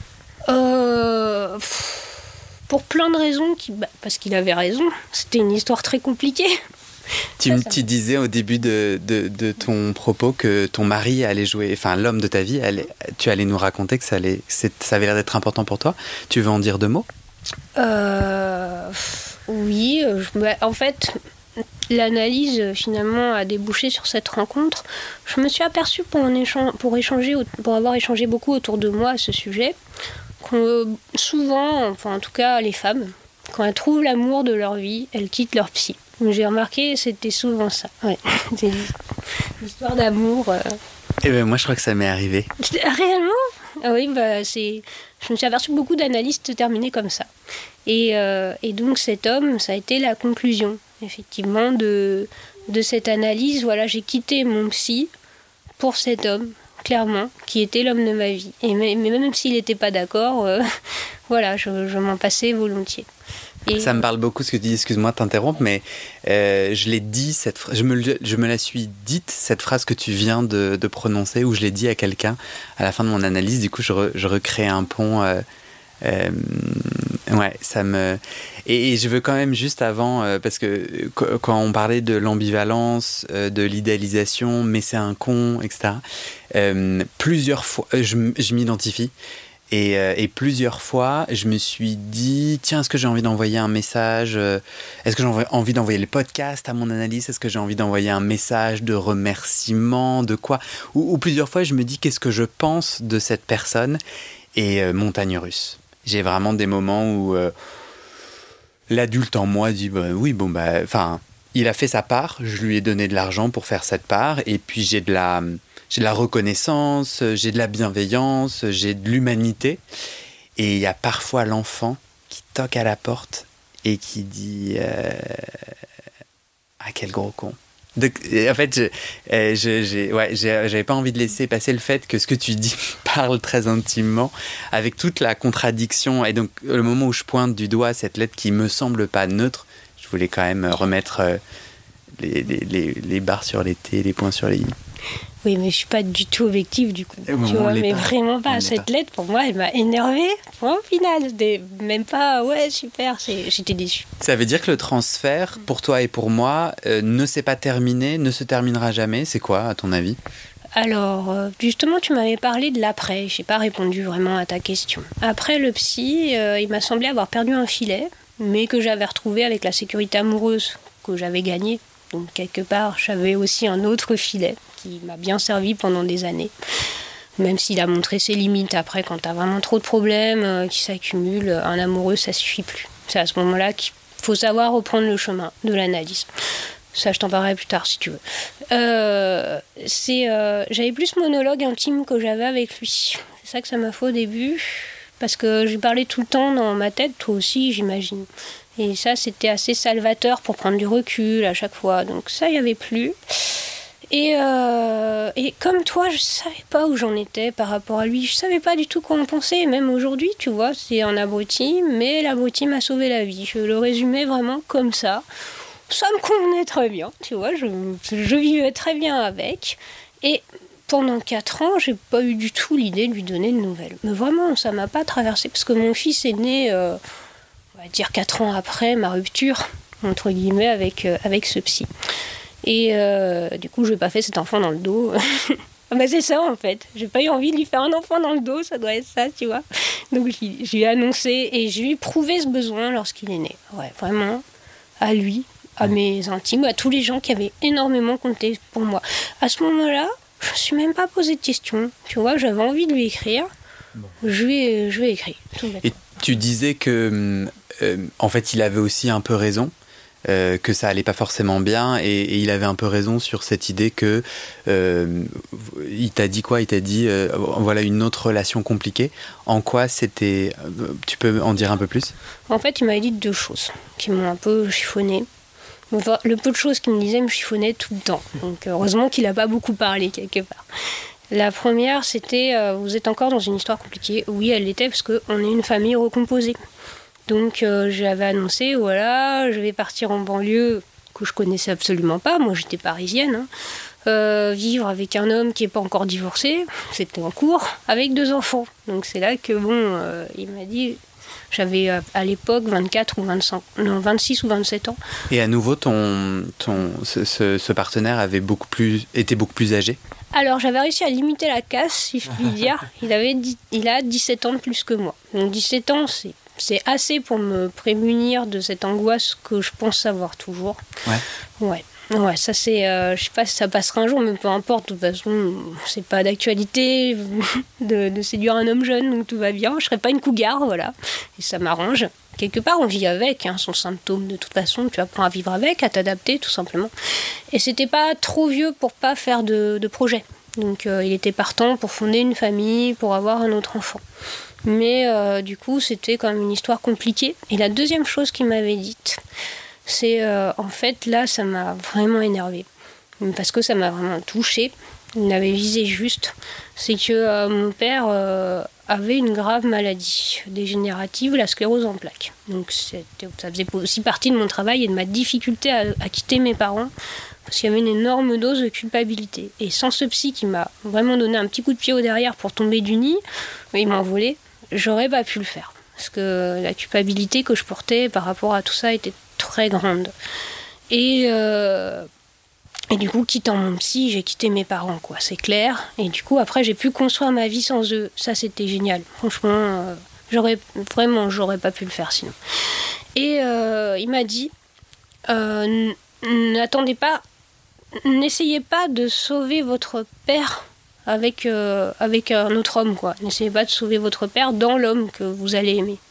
Euh... Pff, pour plein de raisons, qui, bah, parce qu'il avait raison. C'était une histoire très compliquée. Tu, ça, ça tu disais au début de, de, de ton propos que ton mari allait jouer, enfin l'homme de ta vie, allait, tu allais nous raconter que ça, allait, ça avait l'air d'être important pour toi. Tu veux en dire deux mots? euh, Oui, je, bah, en fait, l'analyse finalement a débouché sur cette rencontre. Je me suis aperçue pour, en échange, pour, échanger, pour avoir échangé beaucoup autour de moi à ce sujet, que souvent, enfin en tout cas les femmes, quand elles trouvent l'amour de leur vie, elles quittent leur psy. J'ai remarqué, c'était souvent ça. Ouais. C'est l'histoire d'amour. Euh... Eh ben moi, je crois que ça m'est arrivé. Réellement? Ah oui, bah c'est. Je me suis aperçue que beaucoup d'analystes terminaient comme ça. Et, euh, et donc cet homme, ça a été la conclusion, effectivement, de de cette analyse. Voilà, j'ai quitté mon psy pour cet homme, clairement, qui était l'homme de ma vie. Et mais, mais même s'il n'était pas d'accord, euh, voilà, je, je m'en passais volontiers. Et... Ça me parle beaucoup ce que tu dis, excuse-moi de t'interrompre, mais euh, je l'ai dit, cette fra... je, me, je me la suis dite, cette phrase que tu viens de, de prononcer, où je l'ai dit à quelqu'un à la fin de mon analyse, du coup je, re, je recrée un pont, euh, euh, ouais, ça me... Et, et je veux quand même juste avant, euh, parce que quand on parlait de l'ambivalence, euh, de l'idéalisation, mais c'est un con, et cetera, euh, plusieurs fois, euh, je, je m'identifie. Et, euh, et plusieurs fois, je me suis dit, tiens, est-ce que j'ai envie d'envoyer un message euh, Est-ce que j'ai envie d'envoyer le podcast à mon analyse Est-ce que j'ai envie d'envoyer un message de remerciement, de quoi ou, ou plusieurs fois, je me dis, qu'est-ce que je pense de cette personne Et euh, montagne russe. J'ai vraiment des moments où euh, l'adulte en moi dit, bah, oui, bon, bah, enfin, il a fait sa part, je lui ai donné de l'argent pour faire cette part, et puis j'ai de la... J'ai de la reconnaissance, j'ai de la bienveillance, j'ai de l'humanité. Et il y a parfois l'enfant qui toque à la porte et qui dit euh, « Ah, quel gros con !» Donc, en fait, je, je, j'ai, ouais, j'ai, j'avais pas envie de laisser passer le fait que ce que tu dis parle très intimement, avec toute la contradiction. Et donc, le moment où je pointe du doigt cette lettre qui me semble pas neutre, je voulais quand même remettre les, les, les, les barres sur les T, les points sur les I. Oui, mais je suis pas du tout objective du coup. Tu vois, mais pas. Vraiment pas. Cette pas. lettre, pour moi, elle m'a énervée. Au final, c'était même pas, ouais, super, c'est... j'étais déçue. Ça veut dire que le transfert, pour toi et pour moi, euh, ne s'est pas terminé, ne se terminera jamais. C'est quoi, à ton avis ? Alors, justement, tu m'avais parlé de l'après. J'ai pas répondu vraiment à ta question. Après le psy, euh, il m'a semblé avoir perdu un filet, mais que j'avais retrouvé avec la sécurité amoureuse que j'avais gagnée. Donc, quelque part, j'avais aussi un autre filet qui m'a bien servi pendant des années. Même s'il a montré ses limites après, quand t'as vraiment trop de problèmes euh, qui s'accumulent, un amoureux, ça suffit plus. C'est à ce moment-là qu'il faut savoir reprendre le chemin de l'analyse. Ça, je t'en parlerai plus tard, si tu veux. Euh, c'est, euh, j'avais plus ce monologue intime que j'avais avec lui. C'est ça que ça m'a fait au début, parce que j'ai parlé tout le temps dans ma tête, toi aussi, j'imagine. Et ça, c'était assez salvateur pour prendre du recul à chaque fois. Donc ça, il n'y avait plus. Et, euh, et comme toi, je ne savais pas où j'en étais par rapport à lui. Je ne savais pas du tout quoi en penser. Même aujourd'hui, tu vois, c'est un abruti, mais l'abruti m'a sauvé la vie. Je le résumais vraiment comme ça. Ça me convenait très bien, tu vois. Je, je vivais très bien avec. Et pendant quatre ans, je n'ai pas eu du tout l'idée de lui donner de nouvelles. Mais vraiment, ça ne m'a pas traversé. Parce que mon fils est né... Euh, on va dire quatre ans après ma rupture, entre guillemets, avec, euh, avec ce psy. Et euh, du coup, je n'ai pas fait cet enfant dans le dos. Ah bah c'est ça, en fait. J'ai pas eu envie de lui faire un enfant dans le dos, ça doit être ça, tu vois. Donc, je lui ai annoncé et je lui ai prouvé ce besoin lorsqu'il est né. Ouais, vraiment, à lui, à mes intimes, à tous les gens qui avaient énormément compté pour moi. À ce moment-là, je ne me suis même pas posé de questions. Tu vois, j'avais envie de lui écrire. Bon. Je lui ai, je lui ai écrit. Tout et tu disais que... Euh, en fait, il avait aussi un peu raison, euh, que ça allait pas forcément bien, et, et il avait un peu raison sur cette idée que euh, il t'a dit quoi ? Il t'a dit euh, voilà une autre relation compliquée. En quoi c'était ? Tu peux en dire un peu plus ? En fait, il m'avait dit deux choses qui m'ont un peu chiffonné. Enfin, le peu de choses qu'il me disait me chiffonnaient tout le temps. Donc heureusement qu'il a pas beaucoup parlé quelque part. La première, c'était euh, vous êtes encore dans une histoire compliquée. Oui, elle l'était parce qu'on est une famille recomposée. Donc euh, j'avais annoncé, voilà, je vais partir en banlieue que je connaissais absolument pas. Moi, j'étais parisienne. Hein. Euh, vivre avec un homme qui n'est pas encore divorcé, c'était en cours, avec deux enfants. Donc c'est là que, bon, euh, il m'a dit... J'avais à l'époque vingt-quatre ou vingt-cinq, non, vingt-six ou vingt-sept ans. Et à nouveau, ton, ton, ce, ce, ce partenaire avait beaucoup plus, était beaucoup plus âgé ? Alors, j'avais réussi à limiter la casse, si je puis dire. Il, avait, il a dix-sept ans de plus que moi. Donc, dix-sept ans, c'est, c'est assez pour me prémunir de cette angoisse que je pense avoir toujours. Ouais. Ouais. Ouais, ça c'est, euh, je sais pas si ça passera un jour, mais peu importe, de toute façon, c'est pas d'actualité de, de séduire un homme jeune, donc tout va bien, je serai pas une cougar, voilà, et ça m'arrange. Quelque part, on vit avec, hein, son symptôme, de toute façon, tu apprends à vivre avec, à t'adapter, tout simplement. Et c'était pas trop vieux pour pas faire de, de projet, donc euh, il était partant pour fonder une famille, pour avoir un autre enfant. Mais euh, du coup, c'était quand même une histoire compliquée. Et la deuxième chose qu'il m'avait dite, c'est euh, en fait là ça m'a vraiment énervée parce que ça m'a vraiment touchée Il avait visé juste. C'est que euh, mon père euh, avait une grave maladie dégénérative, la sclérose en plaques. Donc c'était, ça faisait aussi partie de mon travail et de ma difficulté à, à quitter mes parents, parce qu'il y avait une énorme dose de culpabilité. Et sans ce psy qui m'a vraiment donné un petit coup de pied au derrière pour tomber du nid, il m'a envolé, j'aurais pas pu le faire. Parce que la culpabilité que je portais par rapport à tout ça était très grande. Et... Euh, Et du coup, quittant mon psy, j'ai quitté mes parents, quoi, c'est clair. Et du coup, après, j'ai pu construire ma vie sans eux. Ça, c'était génial. Franchement, euh, j'aurais vraiment, j'aurais pas pu le faire sinon. Et euh, il m'a dit, euh, n'attendez pas, n'essayez pas de sauver votre père avec, euh, avec un autre homme, quoi. N'essayez pas de sauver votre père dans l'homme que vous allez aimer.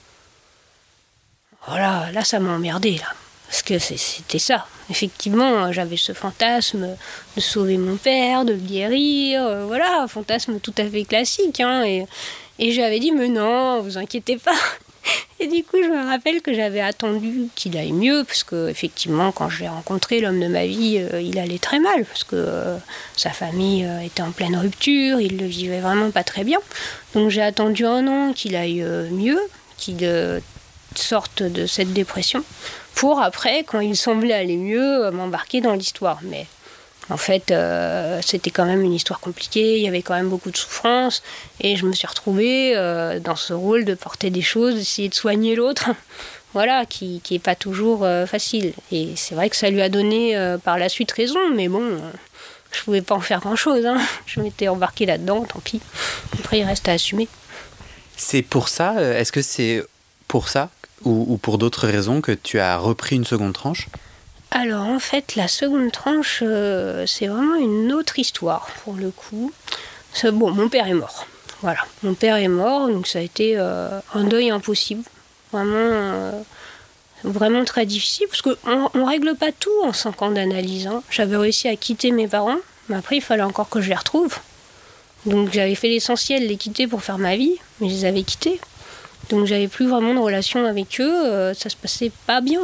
Voilà, là, ça m'a emmerdé, là. Parce que c'était ça. Effectivement, j'avais ce fantasme de sauver mon père, de le guérir, euh, voilà, un fantasme tout à fait classique. Hein, et, et j'avais dit, mais non, vous inquiétez pas. Et du coup, je me rappelle que j'avais attendu qu'il aille mieux, parce que effectivement, quand je l'ai rencontré, l'homme de ma vie, euh, il allait très mal, parce que euh, sa famille euh, était en pleine rupture, il le vivait vraiment pas très bien. Donc j'ai attendu un an qu'il aille euh, mieux, qu'il euh, sorte de cette dépression, pour après, quand il semblait aller mieux, m'embarquer dans l'histoire. Mais en fait, euh, c'était quand même une histoire compliquée, il y avait quand même beaucoup de souffrance, et je me suis retrouvée euh, dans ce rôle de porter des choses, d'essayer de soigner l'autre, voilà, qui n'est pas toujours euh, facile. Et c'est vrai que ça lui a donné euh, par la suite raison, mais bon, euh, je ne pouvais pas en faire grand-chose. Hein. Je m'étais embarquée là-dedans, tant pis. Après, il reste à assumer. C'est pour ça, est-ce que c'est pour ça Ou, ou pour d'autres raisons que tu as repris une seconde tranche? Alors en fait, la seconde tranche, euh, c'est vraiment une autre histoire pour le coup. C'est, bon, mon père est mort. Voilà, mon père est mort, donc ça a été euh, un deuil impossible. Vraiment, euh, vraiment très difficile, parce qu'on ne règle pas tout en cinq ans d'analyse. Hein. J'avais réussi à quitter mes parents, mais après il fallait encore que je les retrouve. Donc j'avais fait l'essentiel, les quitter pour faire ma vie, mais je les avais quittés. Donc j'avais plus vraiment de relation avec eux, euh, ça se passait pas bien.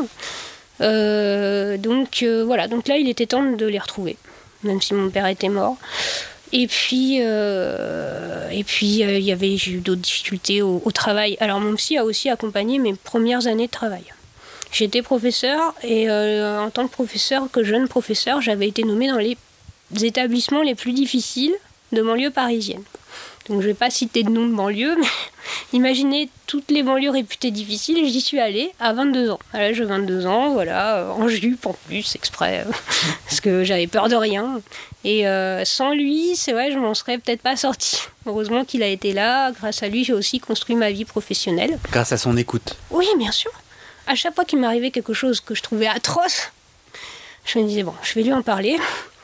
Euh, donc euh, voilà, donc là il était temps de les retrouver, même si mon père était mort. Et puis, euh, et puis euh, y avait, j'ai eu d'autres difficultés au, au travail. Alors mon psy a aussi accompagné mes premières années de travail. J'étais professeur et euh, en tant que professeur, que jeune professeur, j'avais été nommée dans les établissements les plus difficiles de banlieue parisienne. Donc je ne vais pas citer de nom de banlieue, mais imaginez toutes les banlieues réputées difficiles, et j'y suis allée à vingt-deux ans. À l'âge de vingt-deux ans, voilà, en jupe en plus, exprès, parce que j'avais peur de rien. Et euh, sans lui, c'est vrai, je m'en serais peut-être pas sortie. Heureusement qu'il a été là, grâce à lui, j'ai aussi construit ma vie professionnelle. Grâce à son écoute. Oui, bien sûr. À chaque fois qu'il m'arrivait quelque chose que je trouvais atroce, je me disais, bon, je vais lui en parler,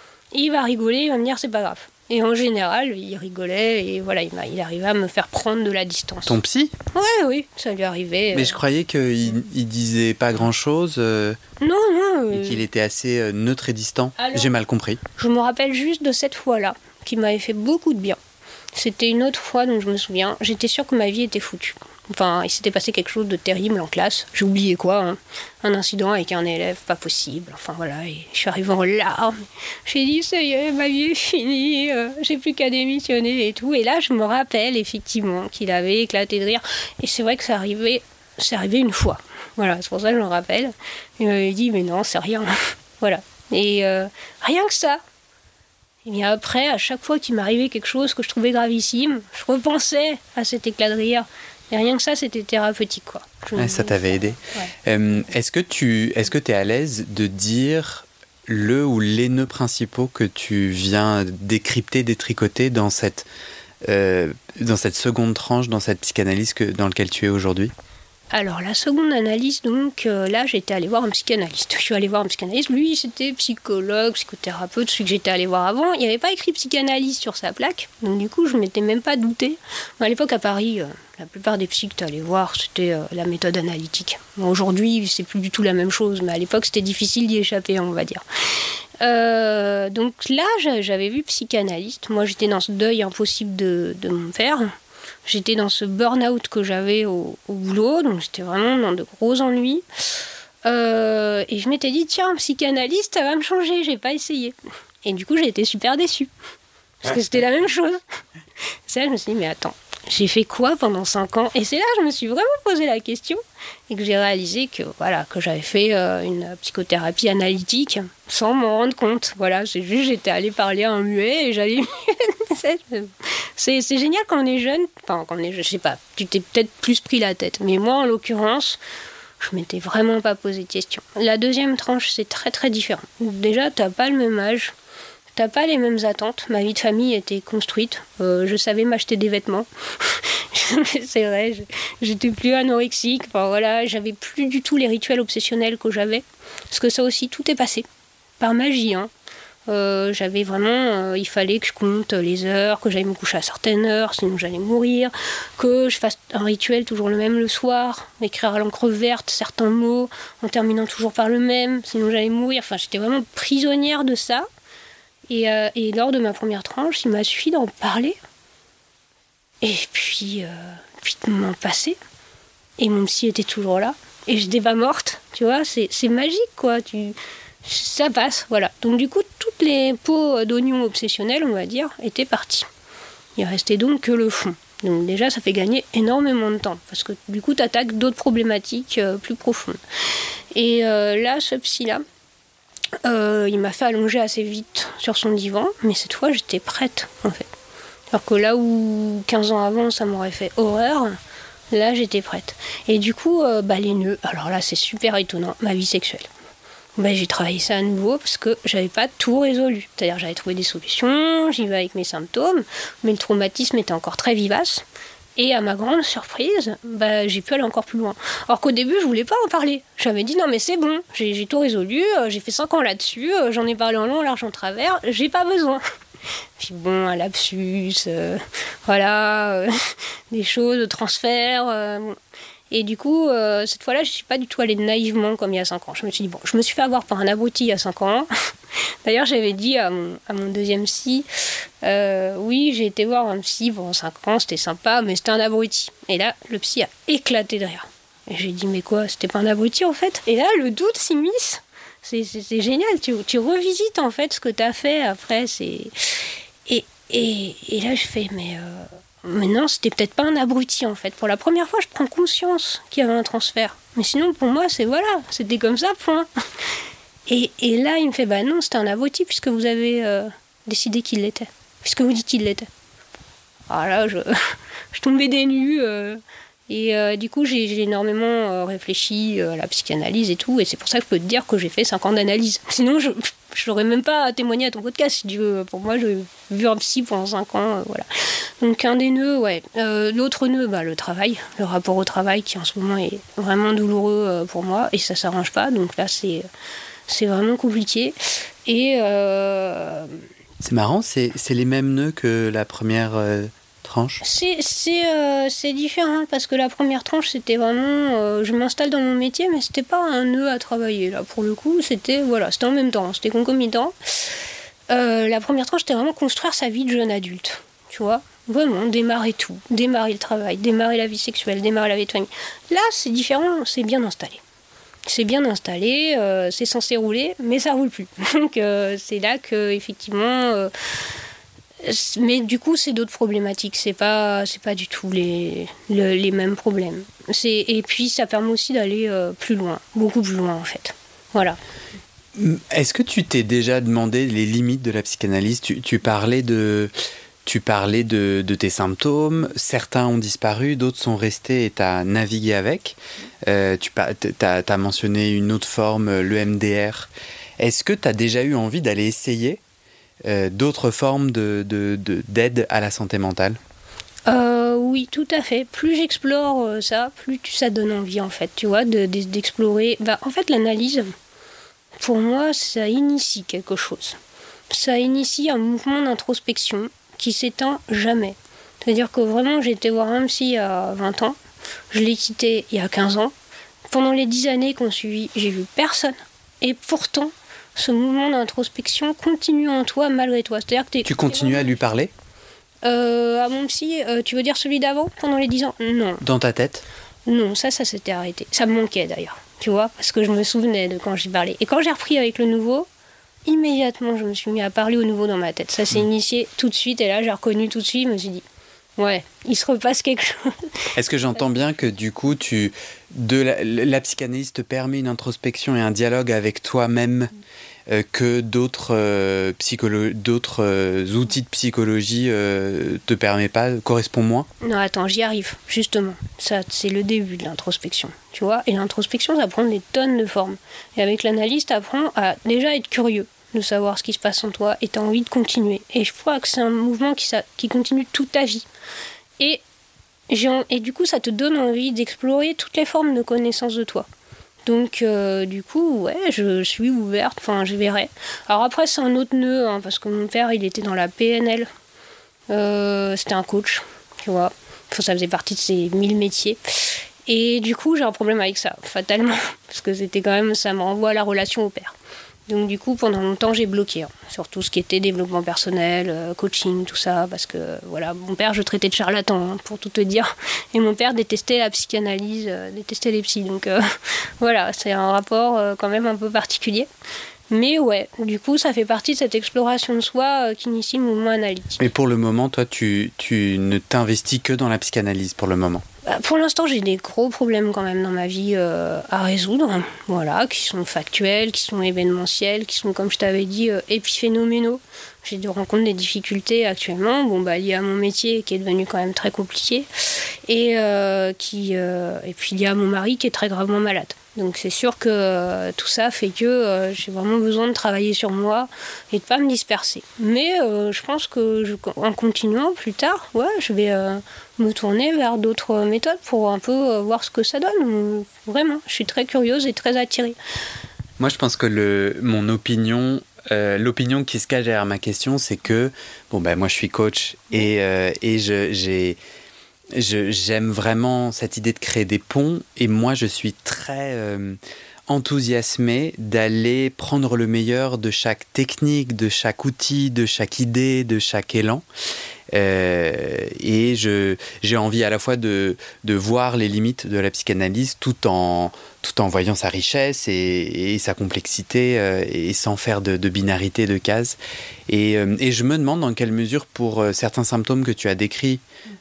il va rigoler, il va me dire, c'est pas grave. Et en général, il rigolait et voilà, il, il arrivait à me faire prendre de la distance. Ton psy ? Oui, oui, ça lui arrivait. Mais euh... je croyais qu'il il disait pas grand-chose. Euh, non, non. Euh... Et qu'il était assez euh, neutre et distant. Alors, j'ai mal compris. Je me rappelle juste de cette fois-là, qui m'avait fait beaucoup de bien. C'était une autre fois dont je me souviens. J'étais sûre que ma vie était foutue. Enfin, il s'était passé quelque chose de terrible en classe. J'ai oublié quoi, hein. Un incident avec un élève, pas possible. Enfin voilà, et je suis arrivée en larmes. J'ai dit, ça y est, ma vie est finie, euh, j'ai plus qu'à démissionner et tout. Et là, je me rappelle effectivement qu'il avait éclaté de rire. Et c'est vrai que ça arrivait, c'est arrivé une fois. Voilà, c'est pour ça que je me rappelle. Il m'avait dit, mais non, c'est rien. Voilà. Et euh, rien que ça. Et bien après, à chaque fois qu'il m'arrivait quelque chose que je trouvais gravissime, je repensais à cet éclat de rire. Et rien que ça, c'était thérapeutique, quoi. Je... Ouais, ça t'avait aidé. Ouais. Euh, est-ce que tu est-ce que t'es à l'aise de dire le ou les nœuds principaux que tu viens décrypter, détricoter dans cette, euh, dans cette seconde tranche, dans cette psychanalyse que, dans laquelle tu es aujourd'hui ? Alors, la seconde analyse, donc, euh, là, j'étais allée voir un psychanalyste. Je suis allée voir un psychanalyste. Lui, c'était psychologue, psychothérapeute, celui que j'étais allée voir avant. Il n'y avait pas écrit psychanalyse sur sa plaque. Donc, du coup, je ne m'étais même pas doutée. À l'époque, à Paris, euh, la plupart des psys que tu allais voir, c'était euh, la méthode analytique. Bon, aujourd'hui, c'est plus du tout la même chose. Mais à l'époque, c'était difficile d'y échapper, on va dire. Euh, donc là, j'avais vu psychanalyste. Moi, j'étais dans ce deuil impossible de, de mon père. J'étais dans ce burn-out que j'avais au, au boulot, donc j'étais vraiment dans de gros ennuis. Euh, et je m'étais dit, tiens, un psychanalyste, ça va me changer, j'ai pas essayé. Et du coup, j'ai été super déçue. parce que c'était la même chose. C'est là je me suis dit, mais attends, j'ai fait quoi pendant cinq ans? Et c'est là que je me suis vraiment posé la question et que j'ai réalisé que, voilà, que j'avais fait euh, une psychothérapie analytique sans m'en rendre compte. Voilà, c'est juste j'étais allée parler à un muet et j'allais... c'est, c'est génial quand on est jeune. Enfin, quand on est jeune, je sais pas, tu t'es peut-être plus pris la tête. Mais moi, en l'occurrence, je m'étais vraiment pas posé de questions. La deuxième tranche, c'est très très différent. Déjà, t'as pas le même âge. T'as pas les mêmes attentes. Ma vie de famille était construite. Euh, je savais m'acheter des vêtements. C'est vrai, je, j'étais plus anorexique. Enfin voilà, j'avais plus du tout les rituels obsessionnels que j'avais. Parce que ça aussi, tout est passé. Par magie, hein. Euh, j'avais vraiment... Euh, il fallait que je compte les heures, que j'aille me coucher à certaines heures, sinon j'allais mourir. Que je fasse un rituel toujours le même le soir. Écrire à l'encre verte certains mots en terminant toujours par le même, sinon j'allais mourir. Enfin, j'étais vraiment prisonnière de ça. Et, euh, et lors de ma première tranche, il m'a suffi d'en parler. Et puis, euh, puis de m'en passer. Et mon psy était toujours là. Et je n'étais pas morte. Tu vois, c'est, c'est magique, quoi. Tu, ça passe, voilà. Donc du coup, toutes les pots d'oignons obsessionnels, on va dire, étaient partis. Il restait donc que le fond. Donc déjà, ça fait gagner énormément de temps. Parce que du coup, tu attaques d'autres problématiques euh, plus profondes. Et euh, là, ce psy-là, Euh, il m'a fait allonger assez vite sur son divan, mais cette fois j'étais prête en fait. Alors que là où quinze ans avant ça m'aurait fait horreur, là j'étais prête. Et du coup, euh, bah, les nœuds, alors là c'est super étonnant, ma vie sexuelle. Bah, j'ai travaillé ça à nouveau parce que j'avais pas tout résolu. C'est-à-dire j'avais trouvé des solutions, j'y vais avec mes symptômes, mais le traumatisme était encore très vivace. Et à ma grande surprise, bah, j'ai pu aller encore plus loin. Alors qu'au début, je voulais pas en parler. J'avais dit non mais c'est bon, j'ai, j'ai tout résolu, euh, j'ai fait cinq ans là-dessus, euh, j'en ai parlé en long, en large, en travers, j'ai pas besoin. Puis bon, un lapsus, euh, voilà, euh, des choses, de transfert. Euh, bon. Et du coup, euh, cette fois-là, je suis pas du tout allée naïvement comme il y a cinq ans. Je me suis dit, bon, je me suis fait avoir par un abruti il y a cinq ans. D'ailleurs, j'avais dit à mon, à mon deuxième psy, euh, oui, j'ai été voir un psy pendant cinq ans, c'était sympa, mais c'était un abruti. Et là, le psy a éclaté de rire. Et j'ai dit, mais quoi, c'était pas un abruti en fait? Et là, le doute s'immisce. C'est, c'est, c'est génial, tu, tu revisites en fait ce que t'as fait après. C'est... Et, et, et là, je fais, mais... Euh... Mais non, c'était peut-être pas un abruti en fait. Pour la première fois, je prends conscience qu'il y avait un transfert. Mais sinon, pour moi, c'est voilà, c'était comme ça, point. Et, et là, il me fait, bah non, c'était un abruti puisque vous avez euh, décidé qu'il l'était. Puisque vous dites qu'il l'était. Alors là, je, je tombais des nues. Euh, et euh, du coup, j'ai, j'ai énormément euh, réfléchi euh, à la psychanalyse et tout. Et c'est pour ça que je peux te dire que j'ai fait cinq ans d'analyse. Sinon, je n'aurais même pas témoigné à ton podcast, si tu veux. Pour moi, j'ai vu un psy pendant cinq ans. Euh, voilà. Donc, un des nœuds, ouais. Euh, l'autre nœud, bah, le travail. Le rapport au travail qui, en ce moment, est vraiment douloureux euh, pour moi. Et ça ne s'arrange pas. Donc là, c'est, c'est vraiment compliqué. Et... Euh, c'est marrant, c'est, c'est les mêmes nœuds que la première... Euh... tranche. C'est, c'est, euh, c'est différent parce que la première tranche c'était vraiment euh, je m'installe dans mon métier, mais c'était pas un nœud à travailler là pour le coup, c'était voilà, c'était en même temps, c'était concomitant. Euh, la première tranche c'était vraiment construire sa vie de jeune adulte, tu vois, vraiment démarrer tout, démarrer le travail, démarrer la vie sexuelle, démarrer la vie de famille. Là c'est différent, c'est bien installé. C'est bien installé, euh, c'est censé rouler, mais ça roule plus. Donc euh, c'est là que effectivement euh, mais du coup, c'est d'autres problématiques. C'est pas, c'est pas du tout les, le, les mêmes problèmes. C'est, et puis, ça permet aussi d'aller euh, plus loin, beaucoup plus loin en fait. Voilà. Est-ce que tu t'es déjà demandé les limites de la psychanalyse ? Tu, tu parlais de, tu parlais de, de tes symptômes. Certains ont disparu, d'autres sont restés et tu as navigué avec. Euh, tu as mentionné une autre forme, l'E M D R. Est-ce que tu as déjà eu envie d'aller essayer Euh, d'autres formes de, de, de, d'aide à la santé mentale ? euh, Oui, tout à fait. Plus j'explore euh, ça, plus ça donne envie, en fait, tu vois, de, de, d'explorer. Bah, en fait, l'analyse, pour moi, ça initie quelque chose. Ça initie un mouvement d'introspection qui s'éteint jamais. C'est-à-dire que vraiment, j'ai été voir un psy à vingt ans, je l'ai quitté il y a quinze ans. Pendant les dix années qu'on suivi, j'ai vu personne. Et pourtant, ce mouvement d'introspection continue en toi malgré toi. C'est-à-dire que t'es, tu continues à lui parler ? euh, À mon psy, euh, tu veux dire celui d'avant, pendant les dix ans ? Non. Dans ta tête ? Non, ça, ça s'était arrêté. Ça me manquait d'ailleurs, tu vois, parce que je me souvenais de quand j'y parlais. Et quand j'ai repris avec le nouveau, immédiatement, je me suis mis à parler au nouveau dans ma tête. Ça s'est mmh. initié tout de suite, et là, j'ai reconnu tout de suite, je me suis dit, ouais, il se repasse quelque chose. Est-ce que j'entends bien que du coup, tu, de la, la psychanalyse te permet une introspection et un dialogue avec toi-même euh, que d'autres, euh, psycholo- d'autres euh, outils de psychologie euh, te permettent pas, correspondent moins ? Non, attends, j'y arrive, justement. Ça, c'est le début de l'introspection, tu vois. Et l'introspection, ça prend des tonnes de formes. Et avec l'analyse, tu apprends à déjà être curieux de savoir ce qui se passe en toi et tu as envie de continuer. Et je crois que c'est un mouvement qui, ça, qui continue toute ta vie. Et, j'ai, et du coup, ça te donne envie d'explorer toutes les formes de connaissance de toi. Donc, euh, du coup, ouais, je suis ouverte, enfin, je verrai. Alors après, c'est un autre nœud, hein, parce que mon père, il était dans la P N L. Euh, c'était un coach, tu vois. Enfin, ça faisait partie de ses mille métiers. Et du coup, j'ai un problème avec ça, fatalement. Parce que c'était quand même, ça me renvoie à la relation au père. Donc du coup, pendant longtemps, j'ai bloqué, hein, sur tout ce qui était développement personnel, euh, coaching, tout ça, parce que voilà, mon père, je traitais de charlatan, hein, pour tout te dire, et mon père détestait la psychanalyse, euh, détestait les psys, donc euh, voilà, c'est un rapport euh, quand même un peu particulier. Mais ouais, du coup, ça fait partie de cette exploration de soi euh, qui initie le mouvement analytique. Et pour le moment, toi, tu, tu ne t'investis que dans la psychanalyse pour le moment ? Pour l'instant, j'ai des gros problèmes quand même dans ma vie euh, à résoudre, voilà, qui sont factuels, qui sont événementiels, qui sont, comme je t'avais dit, euh, épiphénoménaux. J'ai de rencontre des difficultés actuellement, bon, bah, liées à mon métier qui est devenu quand même très compliqué, et, euh, qui, euh, et puis liées à mon mari qui est très gravement malade. Donc c'est sûr que euh, tout ça fait que euh, j'ai vraiment besoin de travailler sur moi et de ne pas me disperser. Mais euh, je pense que je, en continuant plus tard, ouais, je vais euh, me tourner vers d'autres méthodes pour un peu euh, voir ce que ça donne. Vraiment, je suis très curieuse et très attirée. Moi, je pense que le, mon opinion, euh, l'opinion qui se cache derrière ma question, c'est que, bon, ben, moi, je suis coach et, euh, et je, j'ai... Je, j'aime vraiment cette idée de créer des ponts et moi je suis très euh, enthousiasmé d'aller prendre le meilleur de chaque technique, de chaque outil, de chaque idée, de chaque élan. Euh, et je, j'ai envie à la fois de, de voir les limites de la psychanalyse tout en, tout en voyant sa richesse et, et sa complexité euh, et sans faire de, de binarité, de cases. Et, euh, et je me demande dans quelle mesure, pour euh, certains symptômes que tu as décrits,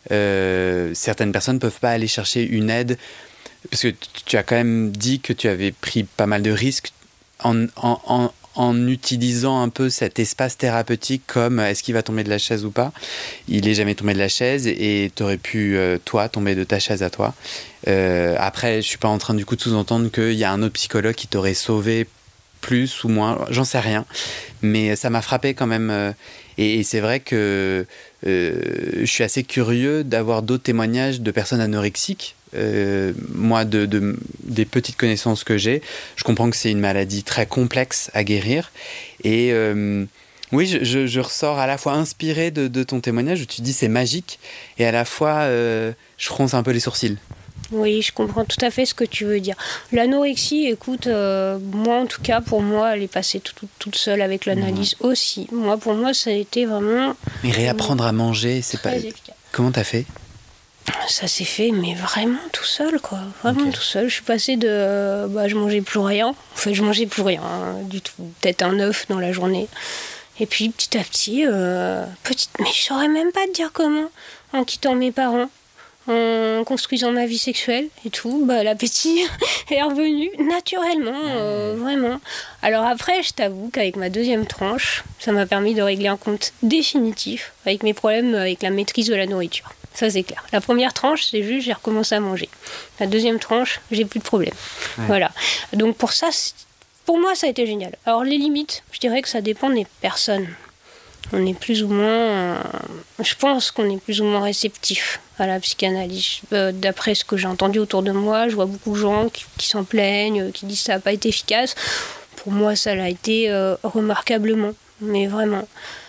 euh, certaines personnes ne peuvent pas aller chercher une aide. Parce que tu as quand même dit que tu avais pris pas mal de risques en, en, en, en utilisant un peu cet espace thérapeutique comme est-ce qu'il va tomber de la chaise ou pas. Il n'est jamais tombé de la chaise et tu aurais pu, euh, toi, tomber de ta chaise à toi. Euh, après, je ne suis pas en train du coup de sous-entendre qu'il y a un autre psychologue qui t'aurait sauvé plus ou moins, j'en sais rien. Mais ça m'a frappé quand même. Euh, et, et c'est vrai que euh, je suis assez curieux d'avoir d'autres témoignages de personnes anorexiques. Euh, moi, de, de, des petites connaissances que j'ai, je comprends que c'est une maladie très complexe à guérir. Et euh, oui, je, je, je ressors à la fois inspiré de, de ton témoignage où tu dis c'est magique, et à la fois euh, je fronce un peu les sourcils. Oui, je comprends tout à fait ce que tu veux dire. L'anorexie, écoute, euh, moi en tout cas, pour moi, elle est passée tout, tout, toute seule avec l'analyse mmh. aussi. Moi, pour moi, ça a été vraiment... Mais réapprendre à manger, c'est pas... Efficace. Comment t'as fait ? Ça s'est fait, mais vraiment tout seul, quoi. Vraiment okay. tout seul. Je suis passée de... Bah, je mangeais plus rien. Enfin, je mangeais plus rien, hein, du tout. Peut-être un œuf dans la journée. Et puis, petit à petit, euh, petite... mais je saurais même pas te dire comment, en quittant mes parents, en construisant ma vie sexuelle et tout, bah, l'appétit est revenu naturellement, euh, vraiment. Alors après, je t'avoue qu'avec ma deuxième tranche, ça m'a permis de régler un compte définitif avec mes problèmes avec la maîtrise de la nourriture. Ça, c'est clair. La première tranche, c'est juste, j'ai recommencé à manger. La deuxième tranche, j'ai plus de problème. Ouais. Voilà. Donc pour ça, pour moi, ça a été génial. Alors les limites, je dirais que ça dépend des personnes. On est plus ou moins... Euh, je pense qu'on est plus ou moins réceptif à la psychanalyse. Euh, d'après ce que j'ai entendu autour de moi, je vois beaucoup de gens qui, qui s'en plaignent, qui disent que ça n'a pas été efficace. Pour moi, ça l'a été euh, remarquablement, mais vraiment.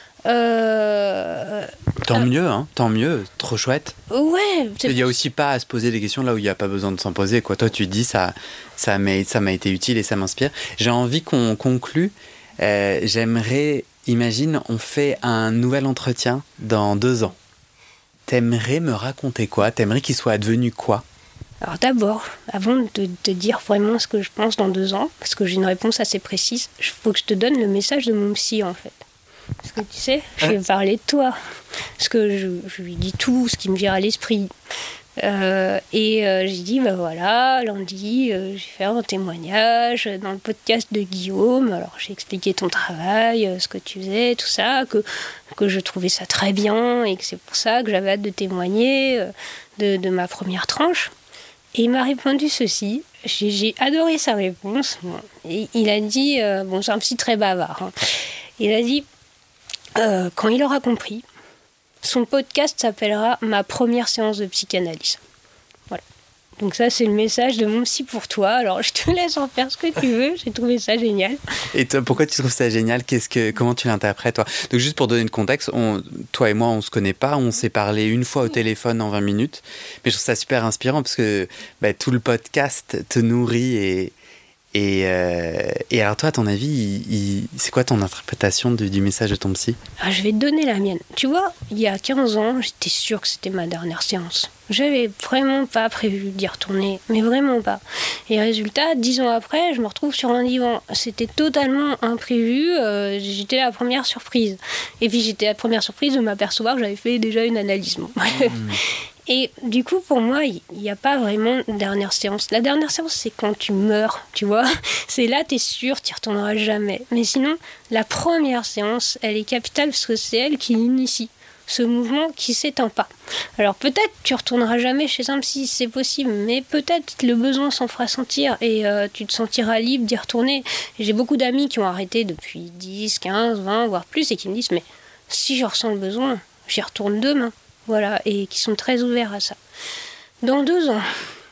Euh, tant euh, mieux, hein, tant mieux, trop chouette. Ouais. Il n'y a aussi pas à se poser des questions là où il n'y a pas besoin de s'en poser, quoi. Toi, tu te dis, ça, ça, m'a, ça m'a été utile et ça m'inspire. J'ai envie qu'on conclue. Euh, j'aimerais... Imagine, on fait un nouvel entretien dans deux ans. T'aimerais me raconter quoi ? T'aimerais qu'il soit advenu quoi ? Alors d'abord, avant de te dire vraiment ce que je pense dans deux ans, parce que j'ai une réponse assez précise, il faut que je te donne le message de mon psy en fait. Parce que tu sais, je vais parler de toi. Parce que je, je lui dis tout ce qui me vient à l'esprit. Euh, et euh, j'ai dit, ben voilà, lundi, euh, je vais faire un témoignage dans le podcast de Guillaume. Alors j'ai expliqué ton travail, euh, ce que tu faisais, tout ça, que, que je trouvais ça très bien et que c'est pour ça que j'avais hâte de témoigner euh, de, de ma première tranche. Et il m'a répondu ceci. J'ai, j'ai adoré sa réponse. Bon, et il a dit, euh, bon, c'est un psy très bavard. Hein. Il a dit, euh, quand il aura compris, son podcast s'appellera « Ma première séance de psychanalyse ». Voilà. Donc ça, c'est le message de mon psy pour toi. Alors, je te laisse en faire ce que tu veux. J'ai trouvé ça génial. Et toi, pourquoi tu trouves ça génial ? Qu'est-ce que, comment tu l'interprètes, toi ? Donc, juste pour donner le contexte, on, toi et moi, on ne se connaît pas. On s'est parlé une fois au téléphone en vingt minutes. Mais je trouve ça super inspirant parce que bah, tout le podcast te nourrit et... Et, euh, et alors toi, à ton avis, il, il, c'est quoi ton interprétation du, du message de ton psy ? Ah, je vais te donner la mienne. Tu vois, il y a quinze ans, j'étais sûre que c'était ma dernière séance. J'avais vraiment pas prévu d'y retourner, mais vraiment pas. Et résultat, dix ans après, je me retrouve sur un divan. C'était totalement imprévu, euh, j'étais la première surprise. Et puis j'étais la première surprise de m'apercevoir que j'avais fait déjà une analyse. Bon. Mmh. Et du coup, pour moi, il n'y a pas vraiment de dernière séance. La dernière séance, c'est quand tu meurs, tu vois. C'est là, tu es sûr, tu n'y retourneras jamais. Mais sinon, la première séance, elle est capitale parce que c'est elle qui initie ce mouvement qui ne s'éteint pas. Alors peut-être tu ne retourneras jamais chez un psy, c'est possible, mais peut-être le besoin s'en fera sentir et euh, tu te sentiras libre d'y retourner. Et j'ai beaucoup d'amis qui ont arrêté depuis dix, quinze, vingt, voire plus, et qui me disent « Mais si je ressens le besoin, j'y retourne demain ». Voilà, et qui sont très ouverts à ça. Dans deux ans,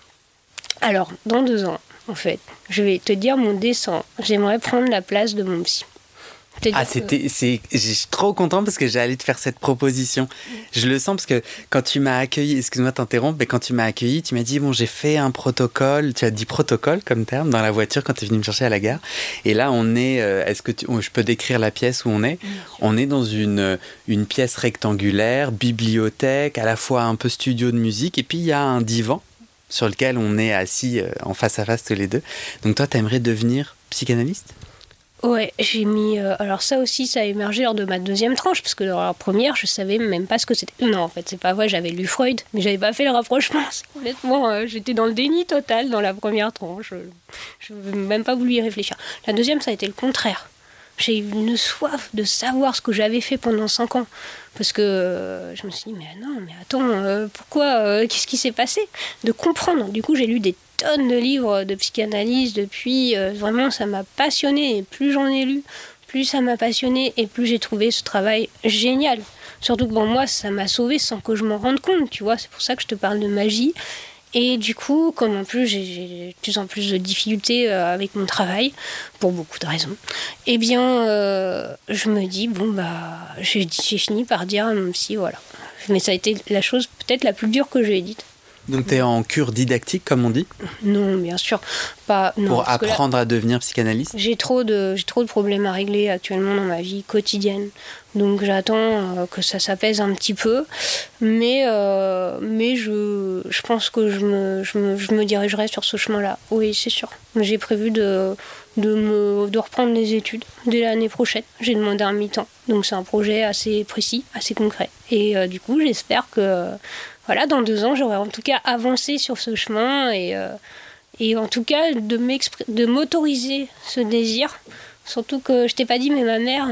alors, dans deux ans, en fait, je vais te dire mon dessin. J'aimerais prendre la place de mon psy. Ah, c'était, que... c'est, je suis trop content parce que j'allais te faire cette proposition. Je le sens parce que quand tu m'as accueilli, excuse-moi de t'interrompre, mais quand tu m'as accueilli, tu m'as dit, bon, j'ai fait un protocole, tu as dit protocole comme terme dans la voiture quand tu es venu me chercher à la gare. Et là, on est, euh, est-ce que tu, oh, je peux décrire la pièce où on est ? On est dans une, une pièce rectangulaire, bibliothèque, à la fois un peu studio de musique, et puis il y a un divan sur lequel on est assis euh, en face à face tous les deux. Donc toi, tu aimerais devenir psychanalyste ? Ouais, j'ai mis... Euh, alors ça aussi, ça a émergé lors de ma deuxième tranche, parce que dans la première, je savais même pas ce que c'était. Non, en fait, c'est pas vrai, j'avais lu Freud, mais j'avais pas fait le rapprochement. Honnêtement, euh, j'étais dans le déni total dans la première tranche. Je n'ai même pas voulu y réfléchir. La deuxième, ça a été le contraire. J'ai eu une soif de savoir ce que j'avais fait pendant cinq ans. Parce que euh, je me suis dit, mais non, mais attends, euh, pourquoi euh, qu'est-ce qui s'est passé ? De comprendre. Du coup, j'ai lu des tonnes de livres de psychanalyse depuis. Euh, vraiment, ça m'a passionnée. Et plus j'en ai lu, plus ça m'a passionnée et plus j'ai trouvé ce travail génial. Surtout que pour moi, ça m'a sauvée sans que je m'en rende compte, tu vois. C'est pour ça que je te parle de magie. Et du coup, comme en plus j'ai, j'ai de plus en plus de difficultés euh, avec mon travail, pour beaucoup de raisons, eh bien, euh, je me dis, bon, bah, j'ai, j'ai fini par dire à mon psy, voilà. Mais ça a été la chose peut-être la plus dure que j'ai dite. Donc tu es en cure didactique, comme on dit ? Non, bien sûr. Pas, non, pour apprendre là, à devenir psychanalyste ? J'ai trop, de, j'ai trop de problèmes à régler actuellement dans ma vie quotidienne. Donc j'attends euh, que ça s'apaise un petit peu. Mais, euh, mais je, je pense que je me, je, me, je me dirigerai sur ce chemin-là. Oui, c'est sûr. J'ai prévu de, de, me, de reprendre les études dès l'année prochaine. J'ai demandé un mi-temps. Donc c'est un projet assez précis, assez concret. Et euh, du coup, j'espère que... Euh, Voilà, dans deux ans, j'aurai en tout cas avancé sur ce chemin et, euh, et en tout cas de, de m'autoriser ce désir. Surtout que je t'ai pas dit, mais ma mère,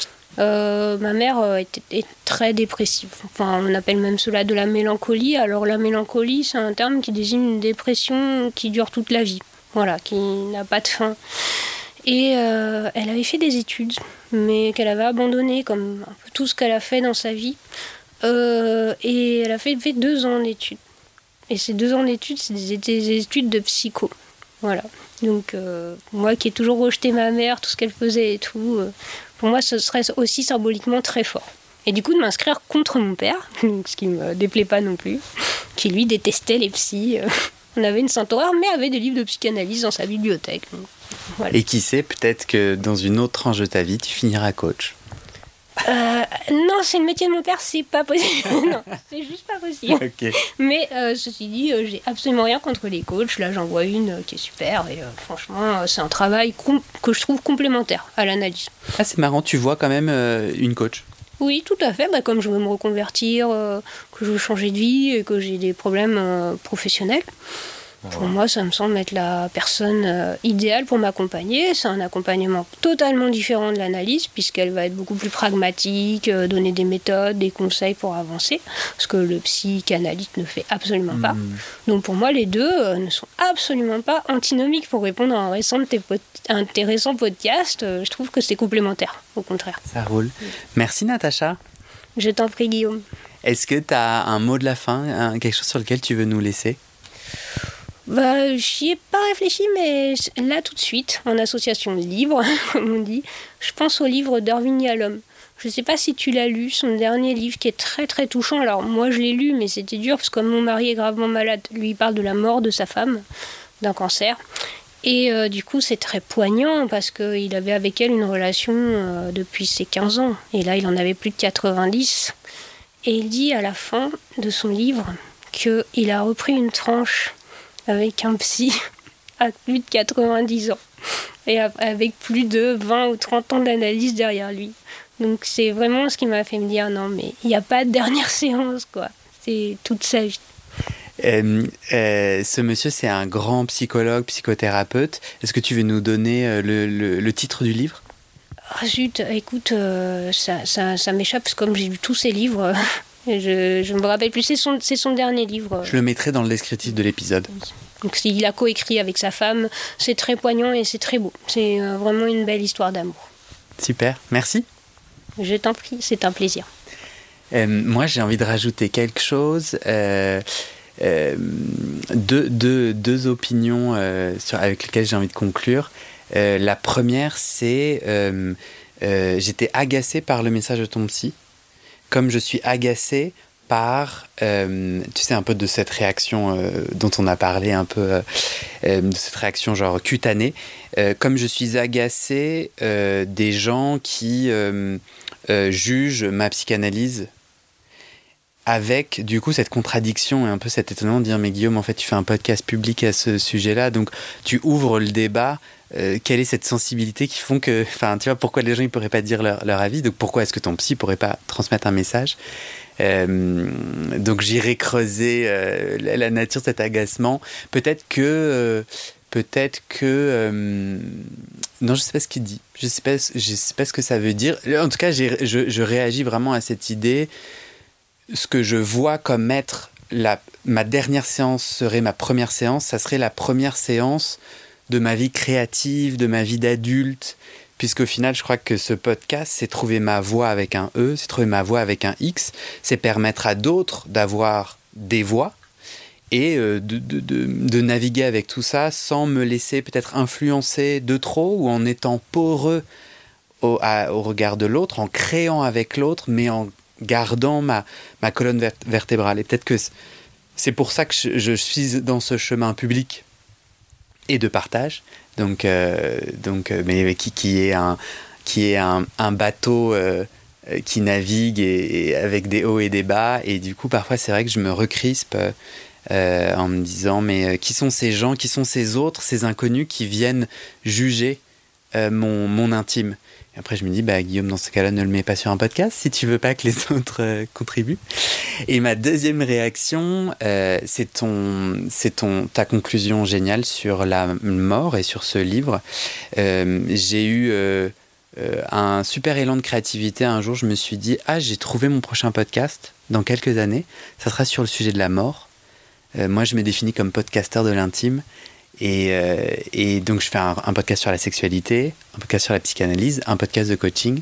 euh, ma mère est, est très dépressive. Enfin, on appelle même cela de la mélancolie. Alors la mélancolie, c'est un terme qui désigne une dépression qui dure toute la vie. Voilà, qui n'a pas de fin. Et euh, elle avait fait des études, mais qu'elle avait abandonnées, comme un peu tout ce qu'elle a fait dans sa vie. Euh, et elle a fait, fait deux ans d'études. Et ces deux ans d'études, c'était des, des études de psycho. Voilà. Donc, euh, moi qui ai toujours rejeté ma mère, tout ce qu'elle faisait et tout, euh, pour moi, ce serait aussi symboliquement très fort. Et du coup, de m'inscrire contre mon père, ce qui ne me déplaît pas non plus, qui lui détestait les psys. Euh, on avait une sainte horreur, mais avait des livres de psychanalyse dans sa bibliothèque. Donc, voilà. Et qui sait, peut-être que dans une autre tranche de ta vie, tu finiras coach. Euh, non, c'est le métier de mon père, c'est pas possible. Non, c'est juste pas possible. Ok. Mais euh, ceci dit, euh, j'ai absolument rien contre les coachs. Là, j'en vois une euh, qui est super et euh, franchement, euh, c'est un travail com- que je trouve complémentaire à l'analyse. Ah, c'est marrant, tu vois quand même euh, une coach. Oui, tout à fait. Bah, comme je veux me reconvertir, euh, que je veux changer de vie et que j'ai des problèmes euh, professionnels. Pour moi, ça me semble être la personne euh, idéale pour m'accompagner. C'est un accompagnement totalement différent de l'analyse, puisqu'elle va être beaucoup plus pragmatique, euh, donner des méthodes, des conseils pour avancer, ce que le psychanalyste ne fait absolument pas. Mmh. Donc pour moi, les deux euh, ne sont absolument pas antinomiques. Pour répondre à un récent de tes pod- intéressant podcast, euh, je trouve que c'est complémentaire, au contraire. Ça roule. Merci Natacha. Je t'en prie, Guillaume. Est-ce que tu as un mot de la fin, un- quelque chose sur lequel tu veux nous laisser ? Bah, j'y ai pas réfléchi, mais là tout de suite, en association de livres, comme on dit, je pense au livre d'Irving Yalom. Je sais pas si tu l'as lu, son dernier livre qui est très très touchant. Alors moi je l'ai lu, mais c'était dur parce que comme mon mari est gravement malade, lui il parle de la mort de sa femme, d'un cancer. Et euh, du coup c'est très poignant parce qu'il avait avec elle une relation euh, depuis ses quinze ans. Et là il en avait plus de quatre-vingt-dix. Et il dit à la fin de son livre qu'il a repris une tranche avec un psy à plus de quatre-vingt-dix ans et avec plus de vingt ou trente ans d'analyse derrière lui. Donc c'est vraiment ce qui m'a fait me dire non mais il n'y a pas de dernière séance quoi, c'est toute sa vie. Euh, euh, ce monsieur, c'est un grand psychologue, psychothérapeute. Est-ce que tu veux nous donner euh, le, le, le titre du livre ? Ah zut, écoute, euh, ça, ça, ça m'échappe parce que comme j'ai lu tous ses livres, je je me rappelle plus, c'est son, c'est son dernier livre. Je le mettrai dans le descriptif de l'épisode. Donc il a coécrit avec sa femme, c'est très poignant et c'est très beau. C'est euh, vraiment une belle histoire d'amour. Super, merci. Je t'en prie, c'est un plaisir. Euh, moi, j'ai envie de rajouter quelque chose. Euh, euh, deux, deux, deux opinions euh, sur, avec lesquelles j'ai envie de conclure. Euh, la première, c'est euh, euh, j'étais agacée par le message de ton psy, comme je suis agacée par, euh, tu sais, un peu de cette réaction euh, dont on a parlé, un peu euh, de cette réaction genre cutanée, euh, comme je suis agacée euh, des gens qui euh, euh, jugent ma psychanalyse, avec du coup cette contradiction et un peu cet étonnement de dire mais Guillaume, en fait tu fais un podcast public à ce sujet-là, donc tu ouvres le débat. Euh, quelle est cette sensibilité qui font que, enfin, tu vois, pourquoi les gens ils pourraient pas dire leur, leur avis, donc pourquoi est-ce que ton psy pourrait pas transmettre un message? Euh, donc j'irai creuser euh, la, la nature de cet agacement. Peut-être que, euh, peut-être que, euh, non, je sais pas ce qu'il dit. Je sais pas, je sais pas ce que ça veut dire. En tout cas, j'ai, je, je réagis vraiment à cette idée. Ce que je vois comme être la, ma dernière séance serait ma première séance. Ça serait la première séance de ma vie créative, de ma vie d'adulte, puisqu'au final, je crois que ce podcast, c'est trouver ma voix avec un E, c'est trouver ma voix avec un X, c'est permettre à d'autres d'avoir des voix et euh, de, de, de, de naviguer avec tout ça sans me laisser peut-être influencer de trop ou en étant poreux au, à, au regard de l'autre, en créant avec l'autre, mais en gardant ma, ma colonne vert- vertébrale. Et peut-être que c'est pour ça que je, je suis dans ce chemin public et de partage, donc, euh, donc, mais qui, qui est un, qui est un, un bateau euh, qui navigue et, et avec des hauts et des bas, et du coup parfois c'est vrai que je me recrispe euh, en me disant mais qui sont ces gens, qui sont ces autres, ces inconnus qui viennent juger euh, mon, mon intime. Et après je me dis bah Guillaume, dans ce cas-là ne le mets pas sur un podcast si tu veux pas que les autres euh, contribuent. Et ma deuxième réaction, euh, c'est, ton, c'est ton, ta conclusion géniale sur la mort et sur ce livre. Euh, j'ai eu euh, euh, un super élan de créativité. Un jour, je me suis dit, ah, j'ai trouvé mon prochain podcast dans quelques années. Ça sera sur le sujet de la mort. Euh, moi, je me définis comme podcasteur de l'intime. Et, euh, et donc, je fais un, un podcast sur la sexualité, un podcast sur la psychanalyse, un podcast de coaching.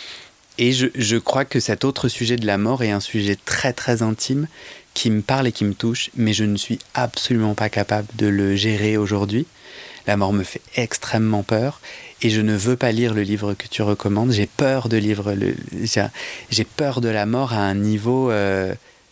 Et je, je crois que cet autre sujet de la mort est un sujet très très intime qui me parle et qui me touche, mais je ne suis absolument pas capable de le gérer aujourd'hui. La mort me fait extrêmement peur et je ne veux pas lire le livre que tu recommandes. J'ai peur de lire le, j'ai, j'ai peur de la mort à un niveau euh,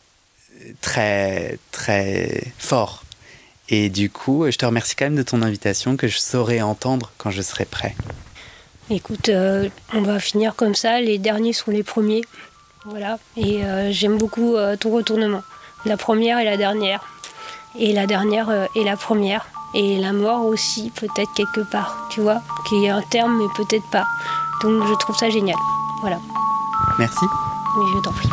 très très fort. Et du coup, je te remercie quand même de ton invitation que je saurai entendre quand je serai prêt. Écoute, euh, on va finir comme ça, les derniers sont les premiers. Voilà, et euh, j'aime beaucoup euh, ton retournement. La première et la dernière. Et la dernière euh, et la première. Et la mort aussi, peut-être quelque part, tu vois, qui est un terme, mais peut-être pas. Donc je trouve ça génial. Voilà. Merci. Mais je t'en prie.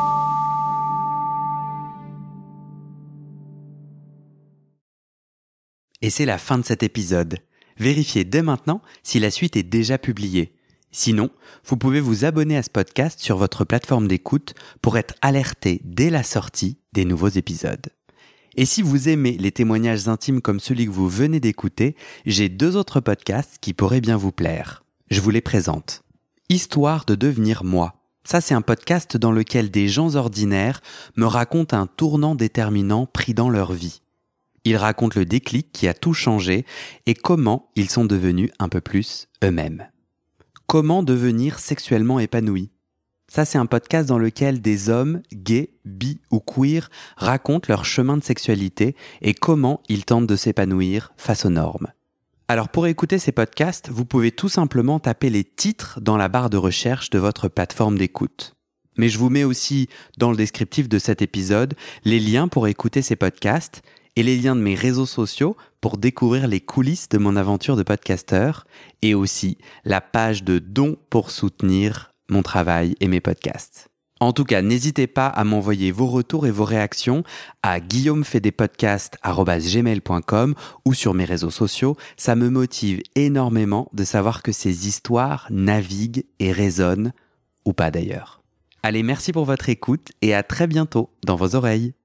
Et c'est la fin de cet épisode. Vérifiez dès maintenant si la suite est déjà publiée. Sinon, vous pouvez vous abonner à ce podcast sur votre plateforme d'écoute pour être alerté dès la sortie des nouveaux épisodes. Et si vous aimez les témoignages intimes comme celui que vous venez d'écouter, j'ai deux autres podcasts qui pourraient bien vous plaire. Je vous les présente. Histoire de devenir moi. Ça, c'est un podcast dans lequel des gens ordinaires me racontent un tournant déterminant pris dans leur vie. Ils racontent le déclic qui a tout changé et comment ils sont devenus un peu plus eux-mêmes. Comment devenir sexuellement épanoui? Ça, c'est un podcast dans lequel des hommes, gays, bi ou queer, racontent leur chemin de sexualité et comment ils tentent de s'épanouir face aux normes. Alors pour écouter ces podcasts, vous pouvez tout simplement taper les titres dans la barre de recherche de votre plateforme d'écoute. Mais je vous mets aussi dans le descriptif de cet épisode les liens pour écouter ces podcasts et les liens de mes réseaux sociaux pour découvrir les coulisses de mon aventure de podcasteur et aussi la page de dons pour soutenir mon travail et mes podcasts. En tout cas, n'hésitez pas à m'envoyer vos retours et vos réactions à guillaumefait-des-podcasts arobase gmail point com ou sur mes réseaux sociaux. Ça me motive énormément de savoir que ces histoires naviguent et résonnent, ou pas d'ailleurs. Allez, merci pour votre écoute et à très bientôt dans vos oreilles.